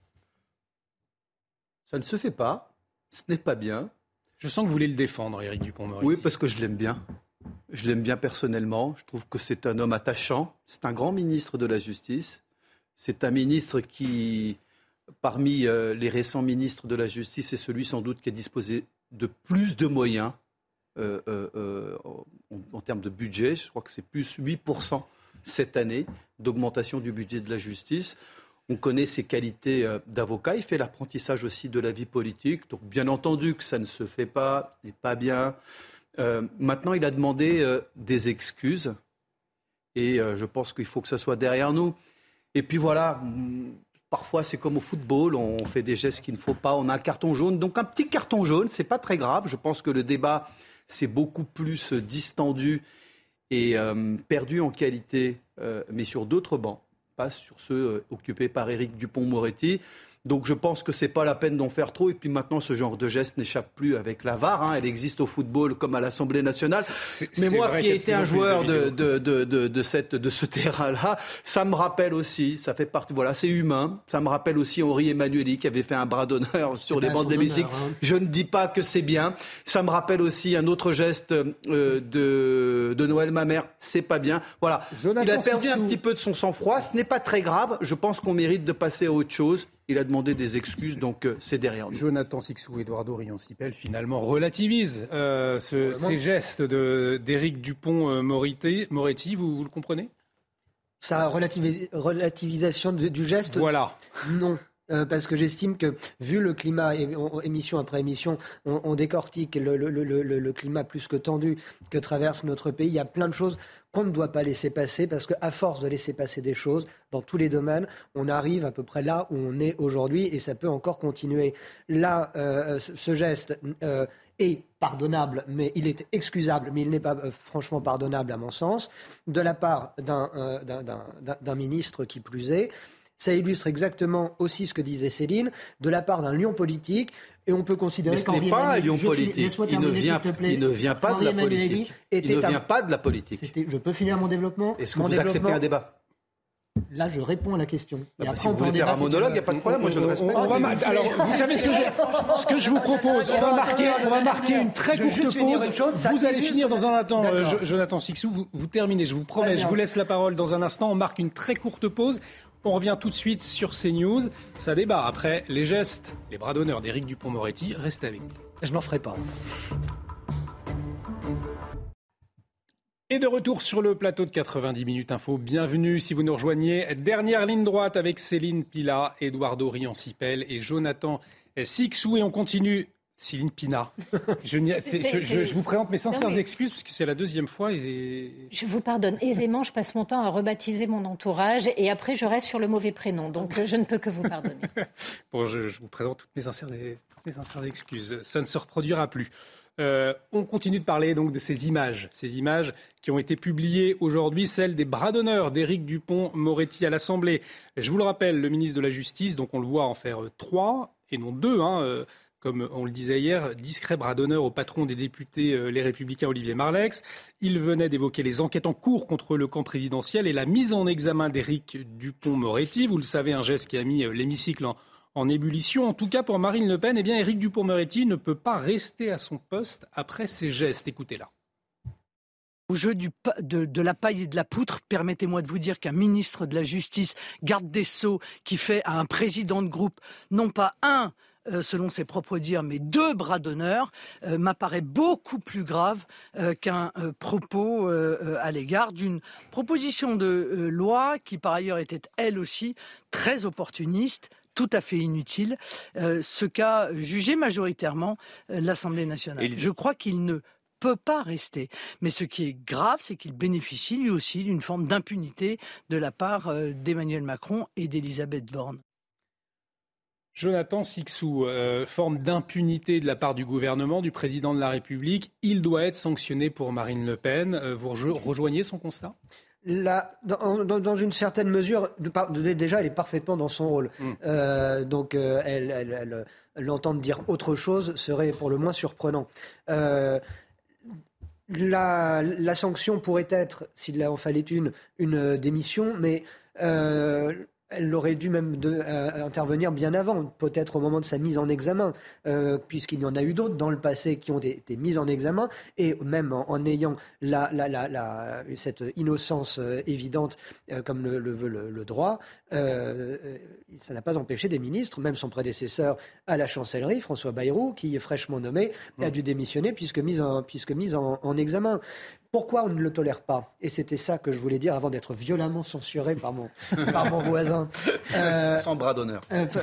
Ça ne se fait pas, ce n'est pas bien. Je sens que vous voulez le défendre, Éric Dupond-Moretti. Oui, parce que je l'aime bien. Je l'aime bien personnellement. Je trouve que c'est un homme attachant. C'est un grand ministre de la Justice. C'est un ministre qui, parmi les récents ministres de la Justice, est celui sans doute qui a disposé de plus de moyens en termes de budget. Je crois que c'est plus 8% cette année d'augmentation du budget de la justice. On connaît ses qualités d'avocat. Il fait l'apprentissage aussi de la vie politique. Donc bien entendu que ça ne se fait pas, n'est pas bien. Maintenant, il a demandé des excuses. Et je pense qu'il faut que ça soit derrière nous. Et puis voilà, parfois c'est comme au football, on fait des gestes qu'il ne faut pas, on a un carton jaune. Donc un petit carton jaune, c'est pas très grave. Je pense que le débat s'est beaucoup plus distendu et perdu en qualité, mais sur d'autres bancs, pas sur ceux occupés par Éric Dupond-Moretti. Donc je pense que c'est pas la peine d'en faire trop. Et puis maintenant, ce genre de geste n'échappe plus avec la VAR. Elle existe au football comme à l'Assemblée nationale. Mais moi, qui ai été un joueur de ce terrain-là, ça me rappelle aussi, ça fait partie, voilà, c'est humain. Ça me rappelle aussi Henri Emmanuelli qui avait fait un bras d'honneur sur les bancs de l'hémicycle. Je ne dis pas que c'est bien. Ça me rappelle aussi un autre geste de Noël Mamère. C'est pas bien. Voilà. Il a perdu un petit peu de son sang-froid. Ce n'est pas très grave. Je pense qu'on mérite de passer à autre chose. Il a demandé des excuses, donc c'est derrière nous. Jonathan Sicsou et Eduardo Rion-Cipel finalement relativisent ces gestes d'Éric Dupond-Moretti. Vous le comprenez ? Sa relativisation du geste ? Voilà. Non. Parce que j'estime que, vu le climat, émission après émission, on décortique le climat plus que tendu que traverse notre pays. Il y a plein de choses qu'on ne doit pas laisser passer, parce qu'à force de laisser passer des choses, dans tous les domaines, on arrive à peu près là où on est aujourd'hui, et ça peut encore continuer. Là, ce geste est pardonnable, mais il est excusable, mais il n'est pas franchement pardonnable à mon sens, de la part d'un ministre qui plus est. Ça illustre exactement aussi ce que disait Céline, de la part d'un lion politique. Et on peut considérer que ce n'est pas un lion politique. Il ne vient pas de la politique. Il ne vient pas de la politique. Je peux finir mon développement ? Est-ce que vous acceptez un débat ? Là, je réponds à la question. Si vous voulez faire un monologue, il n'y a pas de problème. Moi, je le respecte. Alors, vous savez ce que je vous propose ? On va marquer une très courte pause. Vous allez finir dans un instant, Jonathan Sicsou. Vous terminez, je vous promets. Je vous laisse la parole dans un instant. On marque une très courte pause. On revient tout de suite sur CNews. Ça débat après les gestes, les bras d'honneur d'Éric Dupond-Moretti. Restez avec nous. Je n'en ferai pas. Et de retour sur le plateau de 90 minutes info. Bienvenue si vous nous rejoignez. Dernière ligne droite avec Céline Pina, Eduardo Rion-Cipel et Jonathan Sicsou. Et on continue. Céline Pina. Je vous présente mes sincères excuses parce que c'est la deuxième fois. Je vous pardonne aisément. Je passe mon temps à rebaptiser mon entourage et après je reste sur le mauvais prénom. Donc je ne peux que vous pardonner. Bon, je vous présente toutes mes sincères excuses. Ça ne se reproduira plus. On continue de parler donc de ces images qui ont été publiées aujourd'hui, celles des bras d'honneur d'Éric Dupond-Moretti à l'Assemblée. Je vous le rappelle, le ministre de la Justice, donc on le voit en faire 3 et non 2, comme on le disait hier, discret bras d'honneur au patron des députés Les Républicains, Olivier Marleix. Il venait d'évoquer les enquêtes en cours contre le camp présidentiel et la mise en examen d'Éric Dupond-Moretti. Vous le savez, un geste qui a mis l'hémicycle en ébullition. En tout cas, pour Marine Le Pen, Éric Dupond-Moretti ne peut pas rester à son poste après ces gestes. Écoutez-la. Au jeu de la paille et de la poutre, permettez-moi de vous dire qu'un ministre de la Justice, garde des Sceaux, qui fait à un président de groupe, non pas un, selon ses propres dires, mais 2 bras d'honneur, m'apparaît beaucoup plus grave qu'un propos à l'égard d'une proposition de loi qui, par ailleurs, était elle aussi très opportuniste, tout à fait inutile, ce qu'a jugé majoritairement l'Assemblée nationale. Je crois qu'il ne peut pas rester. Mais ce qui est grave, c'est qu'il bénéficie lui aussi d'une forme d'impunité de la part d'Emmanuel Macron et d'Elisabeth Borne. Jonathan Sicsou, forme d'impunité de la part du gouvernement, du président de la République. Il doit être sanctionné pour Marine Le Pen. Vous rejoignez son constat ? Là, dans une certaine mesure, déjà, elle est parfaitement dans son rôle. Donc, l'entendre dire autre chose serait pour le moins surprenant. La sanction pourrait être, s'il en fallait une démission, mais elle aurait dû même intervenir bien avant, peut-être au moment de sa mise en examen, puisqu'il y en a eu d'autres dans le passé qui ont été mises en examen, et même en ayant cette innocence évidente, comme le veut le droit, ça n'a pas empêché des ministres, même son prédécesseur à la chancellerie, François Bayrou, qui est fraîchement nommé, a dû démissionner puisque mise en examen. Pourquoi on ne le tolère pas ? Et c'était ça que je voulais dire avant d'être violemment censuré par mon voisin. Sans bras d'honneur.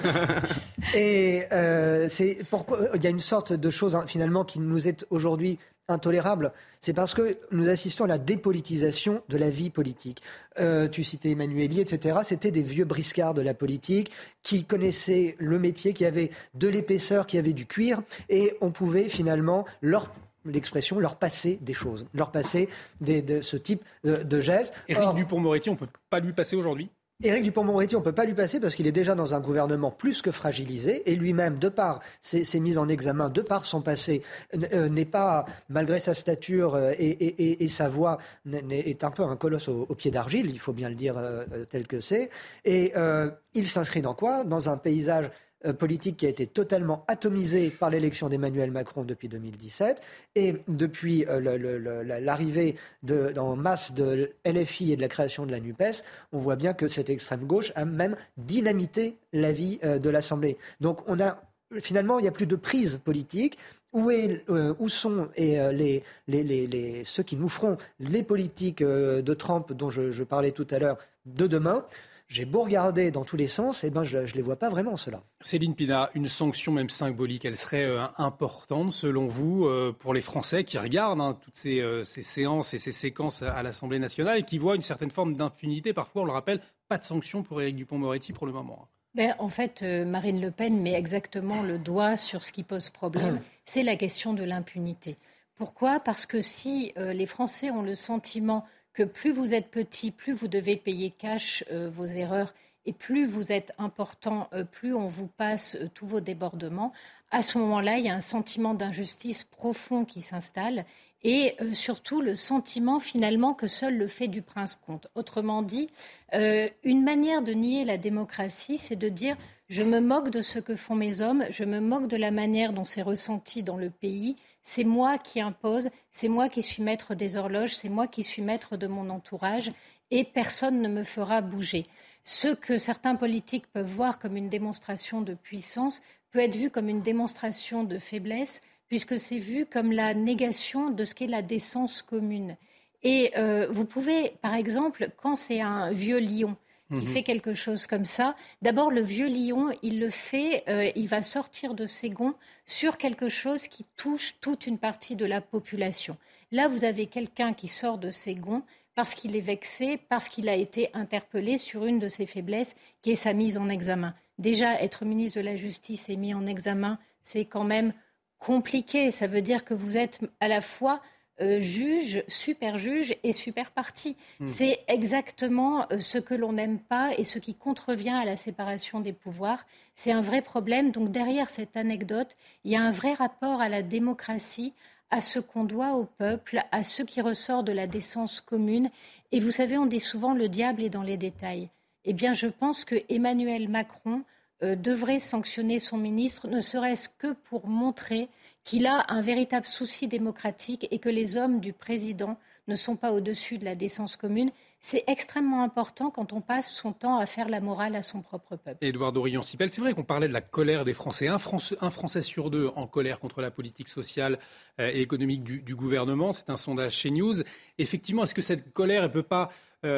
C'est pourquoi il y a une sorte de chose finalement qui nous est aujourd'hui intolérable. C'est parce que nous assistons à la dépolitisation de la vie politique. Tu citais Emmanuelli, etc. C'était des vieux briscards de la politique qui connaissaient le métier, qui avaient de l'épaisseur, qui avaient du cuir, et on pouvait finalement leur passer des choses, leur passer de ce type de gestes. Éric Dupond-Moretti, on ne peut pas lui passer aujourd'hui ? Éric Dupond-Moretti, on ne peut pas lui passer parce qu'il est déjà dans un gouvernement plus que fragilisé et lui-même, de par ses mises en examen, de par son passé, n'est pas, malgré sa stature et sa voix, est un peu un colosse au pied d'argile, il faut bien le dire tel que c'est. Et il s'inscrit dans quoi ? Dans un paysage politique qui a été totalement atomisé par l'élection d'Emmanuel Macron depuis 2017 et depuis l'arrivée en masse de LFI et de la création de la NUPES, on voit bien que cette extrême gauche a même dynamité la vie de l'Assemblée. Donc finalement, il n'y a plus de prise politique. Où sont ceux qui nous feront les politiques de Trump dont je parlais tout à l'heure de demain ? J'ai beau regarder dans tous les sens, je ne les vois pas vraiment, ceux-là. Céline Pina, une sanction même symbolique, elle serait importante selon vous pour les Français qui regardent toutes ces séances et ces séquences à l'Assemblée nationale et qui voient une certaine forme d'impunité. Parfois, on le rappelle, pas de sanction pour Éric Dupond-Moretti pour le moment. En fait, Marine Le Pen met exactement le doigt sur ce qui pose problème. C'est la question de l'impunité. Pourquoi ? Parce que si les Français ont le sentiment que plus vous êtes petit, plus vous devez payer cash vos erreurs et plus vous êtes important, plus on vous passe tous vos débordements. À ce moment-là, il y a un sentiment d'injustice profond qui s'installe et surtout le sentiment finalement que seul le fait du prince compte. Autrement dit, une manière de nier la démocratie, c'est de dire « je me moque de ce que font mes hommes, je me moque de la manière dont c'est ressenti dans le pays ». C'est moi qui impose, c'est moi qui suis maître des horloges, c'est moi qui suis maître de mon entourage et personne ne me fera bouger. Ce que certains politiques peuvent voir comme une démonstration de puissance peut être vu comme une démonstration de faiblesse puisque c'est vu comme la négation de ce qu'est la décence commune. Et vous pouvez, par exemple, quand c'est un vieux lion qui fait quelque chose comme ça, d'abord le vieux lion, il le fait, il va sortir de ses gonds sur quelque chose qui touche toute une partie de la population. Là, vous avez quelqu'un qui sort de ses gonds parce qu'il est vexé, parce qu'il a été interpellé sur une de ses faiblesses, qui est sa mise en examen. Déjà, être ministre de la Justice et mis en examen, c'est quand même compliqué. Ça veut dire que vous êtes à la fois juge, super juge et super parti. C'est exactement ce que l'on n'aime pas et ce qui contrevient à la séparation des pouvoirs. C'est un vrai problème. Donc derrière cette anecdote, il y a un vrai rapport à la démocratie, à ce qu'on doit au peuple, à ce qui ressort de la décence commune. Et vous savez, on dit souvent le diable est dans les détails. Eh bien, je pense que Emmanuel Macron devrait sanctionner son ministre, ne serait-ce que pour montrer qu'il a un véritable souci démocratique et que les hommes du président ne sont pas au-dessus de la décence commune. C'est extrêmement important quand on passe son temps à faire la morale à son propre peuple. Édouard Dorion-Sipel, c'est vrai qu'on parlait de la colère des Français. Un Français sur deux en colère contre la politique sociale et économique du gouvernement. C'est un sondage chez News. Effectivement, est-ce que cette colère ne peut pas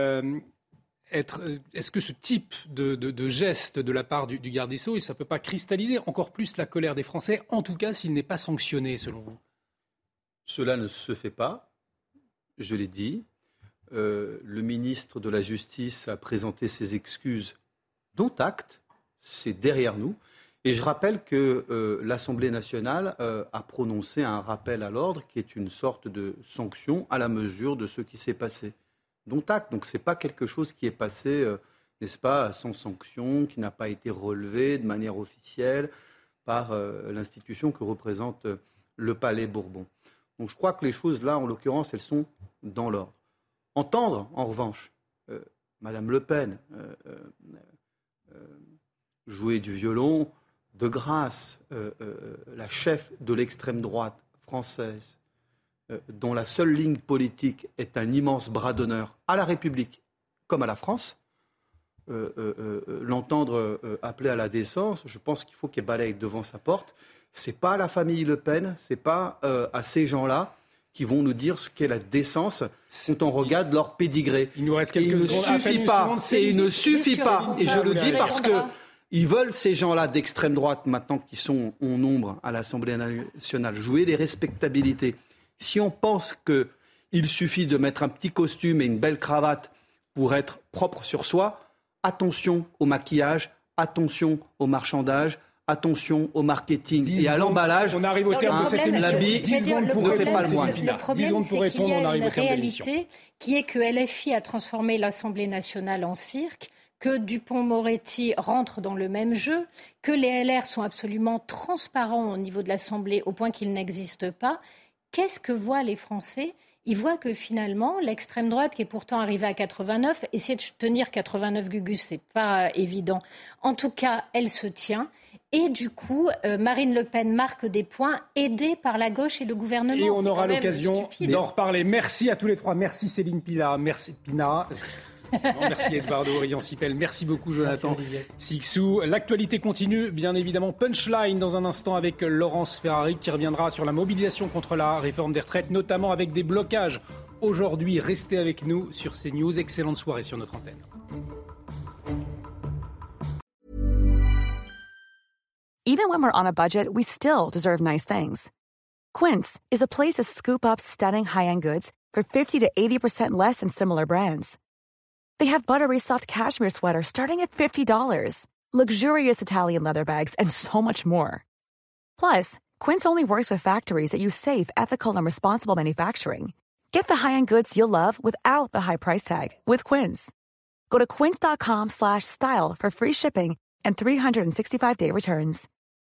est-ce que ce type de geste de la part du garde des Sceaux, ça ne peut pas cristalliser encore plus la colère des Français, en tout cas s'il n'est pas sanctionné, selon vous ? Cela ne se fait pas, je l'ai dit. Le ministre de la Justice a présenté ses excuses, dont acte, c'est derrière nous. Et je rappelle que l'Assemblée nationale a prononcé un rappel à l'ordre qui est une sorte de sanction à la mesure de ce qui s'est passé. Dont acte. Donc ce n'est pas quelque chose qui est passé, n'est-ce pas, sans sanction, qui n'a pas été relevé de manière officielle par l'institution que représente le Palais Bourbon. Donc je crois que les choses là, en l'occurrence, elles sont dans l'ordre. Entendre, en revanche, Madame Le Pen jouer du violon, de grâce, la chef de l'extrême droite française, dont la seule ligne politique est un immense bras d'honneur à la République comme à la France, l'entendre appeler à la décence, je pense qu'il faut qu'elle balaye devant sa porte. Ce n'est pas à la famille Le Pen, ce n'est pas à ces gens-là qui vont nous dire ce qu'est la décence quand on regarde leur pédigré. Il nous reste quelques secondes. Il ne suffit pas, et je le dis parce qu'ils veulent, ces gens-là d'extrême droite, maintenant qui sont en nombre à l'Assemblée nationale, jouer les respectabilités. Si on pense qu'il suffit de mettre un petit costume et une belle cravate pour être propre sur soi, attention au maquillage, attention au marchandage, attention au marketing et à l'emballage. On arrive au terme de cette émission. L'habit ne fait pas le moine. Le problème, c'est qu'il y a une réalité qui est que LFI a transformé l'Assemblée nationale en cirque, que Dupond-Moretti rentre dans le même jeu, que les LR sont absolument transparents au niveau de l'Assemblée au point qu'ils n'existent pas. Qu'est-ce que voient les Français ? Ils voient que finalement, l'extrême droite, qui est pourtant arrivée à 89, essayer de tenir 89 Gugus, c'est pas évident. En tout cas, elle se tient. Et du coup, Marine Le Pen marque des points, aidée par la gauche et le gouvernement. Et on aura l'occasion d'en reparler. Merci à tous les trois. Merci Céline Pina. Merci Pina. Non, merci Eduardo Riancipel, merci beaucoup Jonathan Sixou. L'actualité continue, bien évidemment. Punchline dans un instant avec Laurence Ferrari qui reviendra sur la mobilisation contre la réforme des retraites, notamment avec des blocages. Aujourd'hui, restez avec nous sur CNews. Excellente soirée sur notre antenne. Even when we're on a budget, we still deserve nice things. Quince is a place to scoop up stunning high-end goods for 50 to 80% less than similar brands. They have buttery soft cashmere sweaters starting at $50, luxurious Italian leather bags, and so much more. Plus, Quince only works with factories that use safe, ethical, and responsible manufacturing. Get the high-end goods you'll love without the high price tag with Quince. Go to quince.com/style for free shipping and 365-day returns.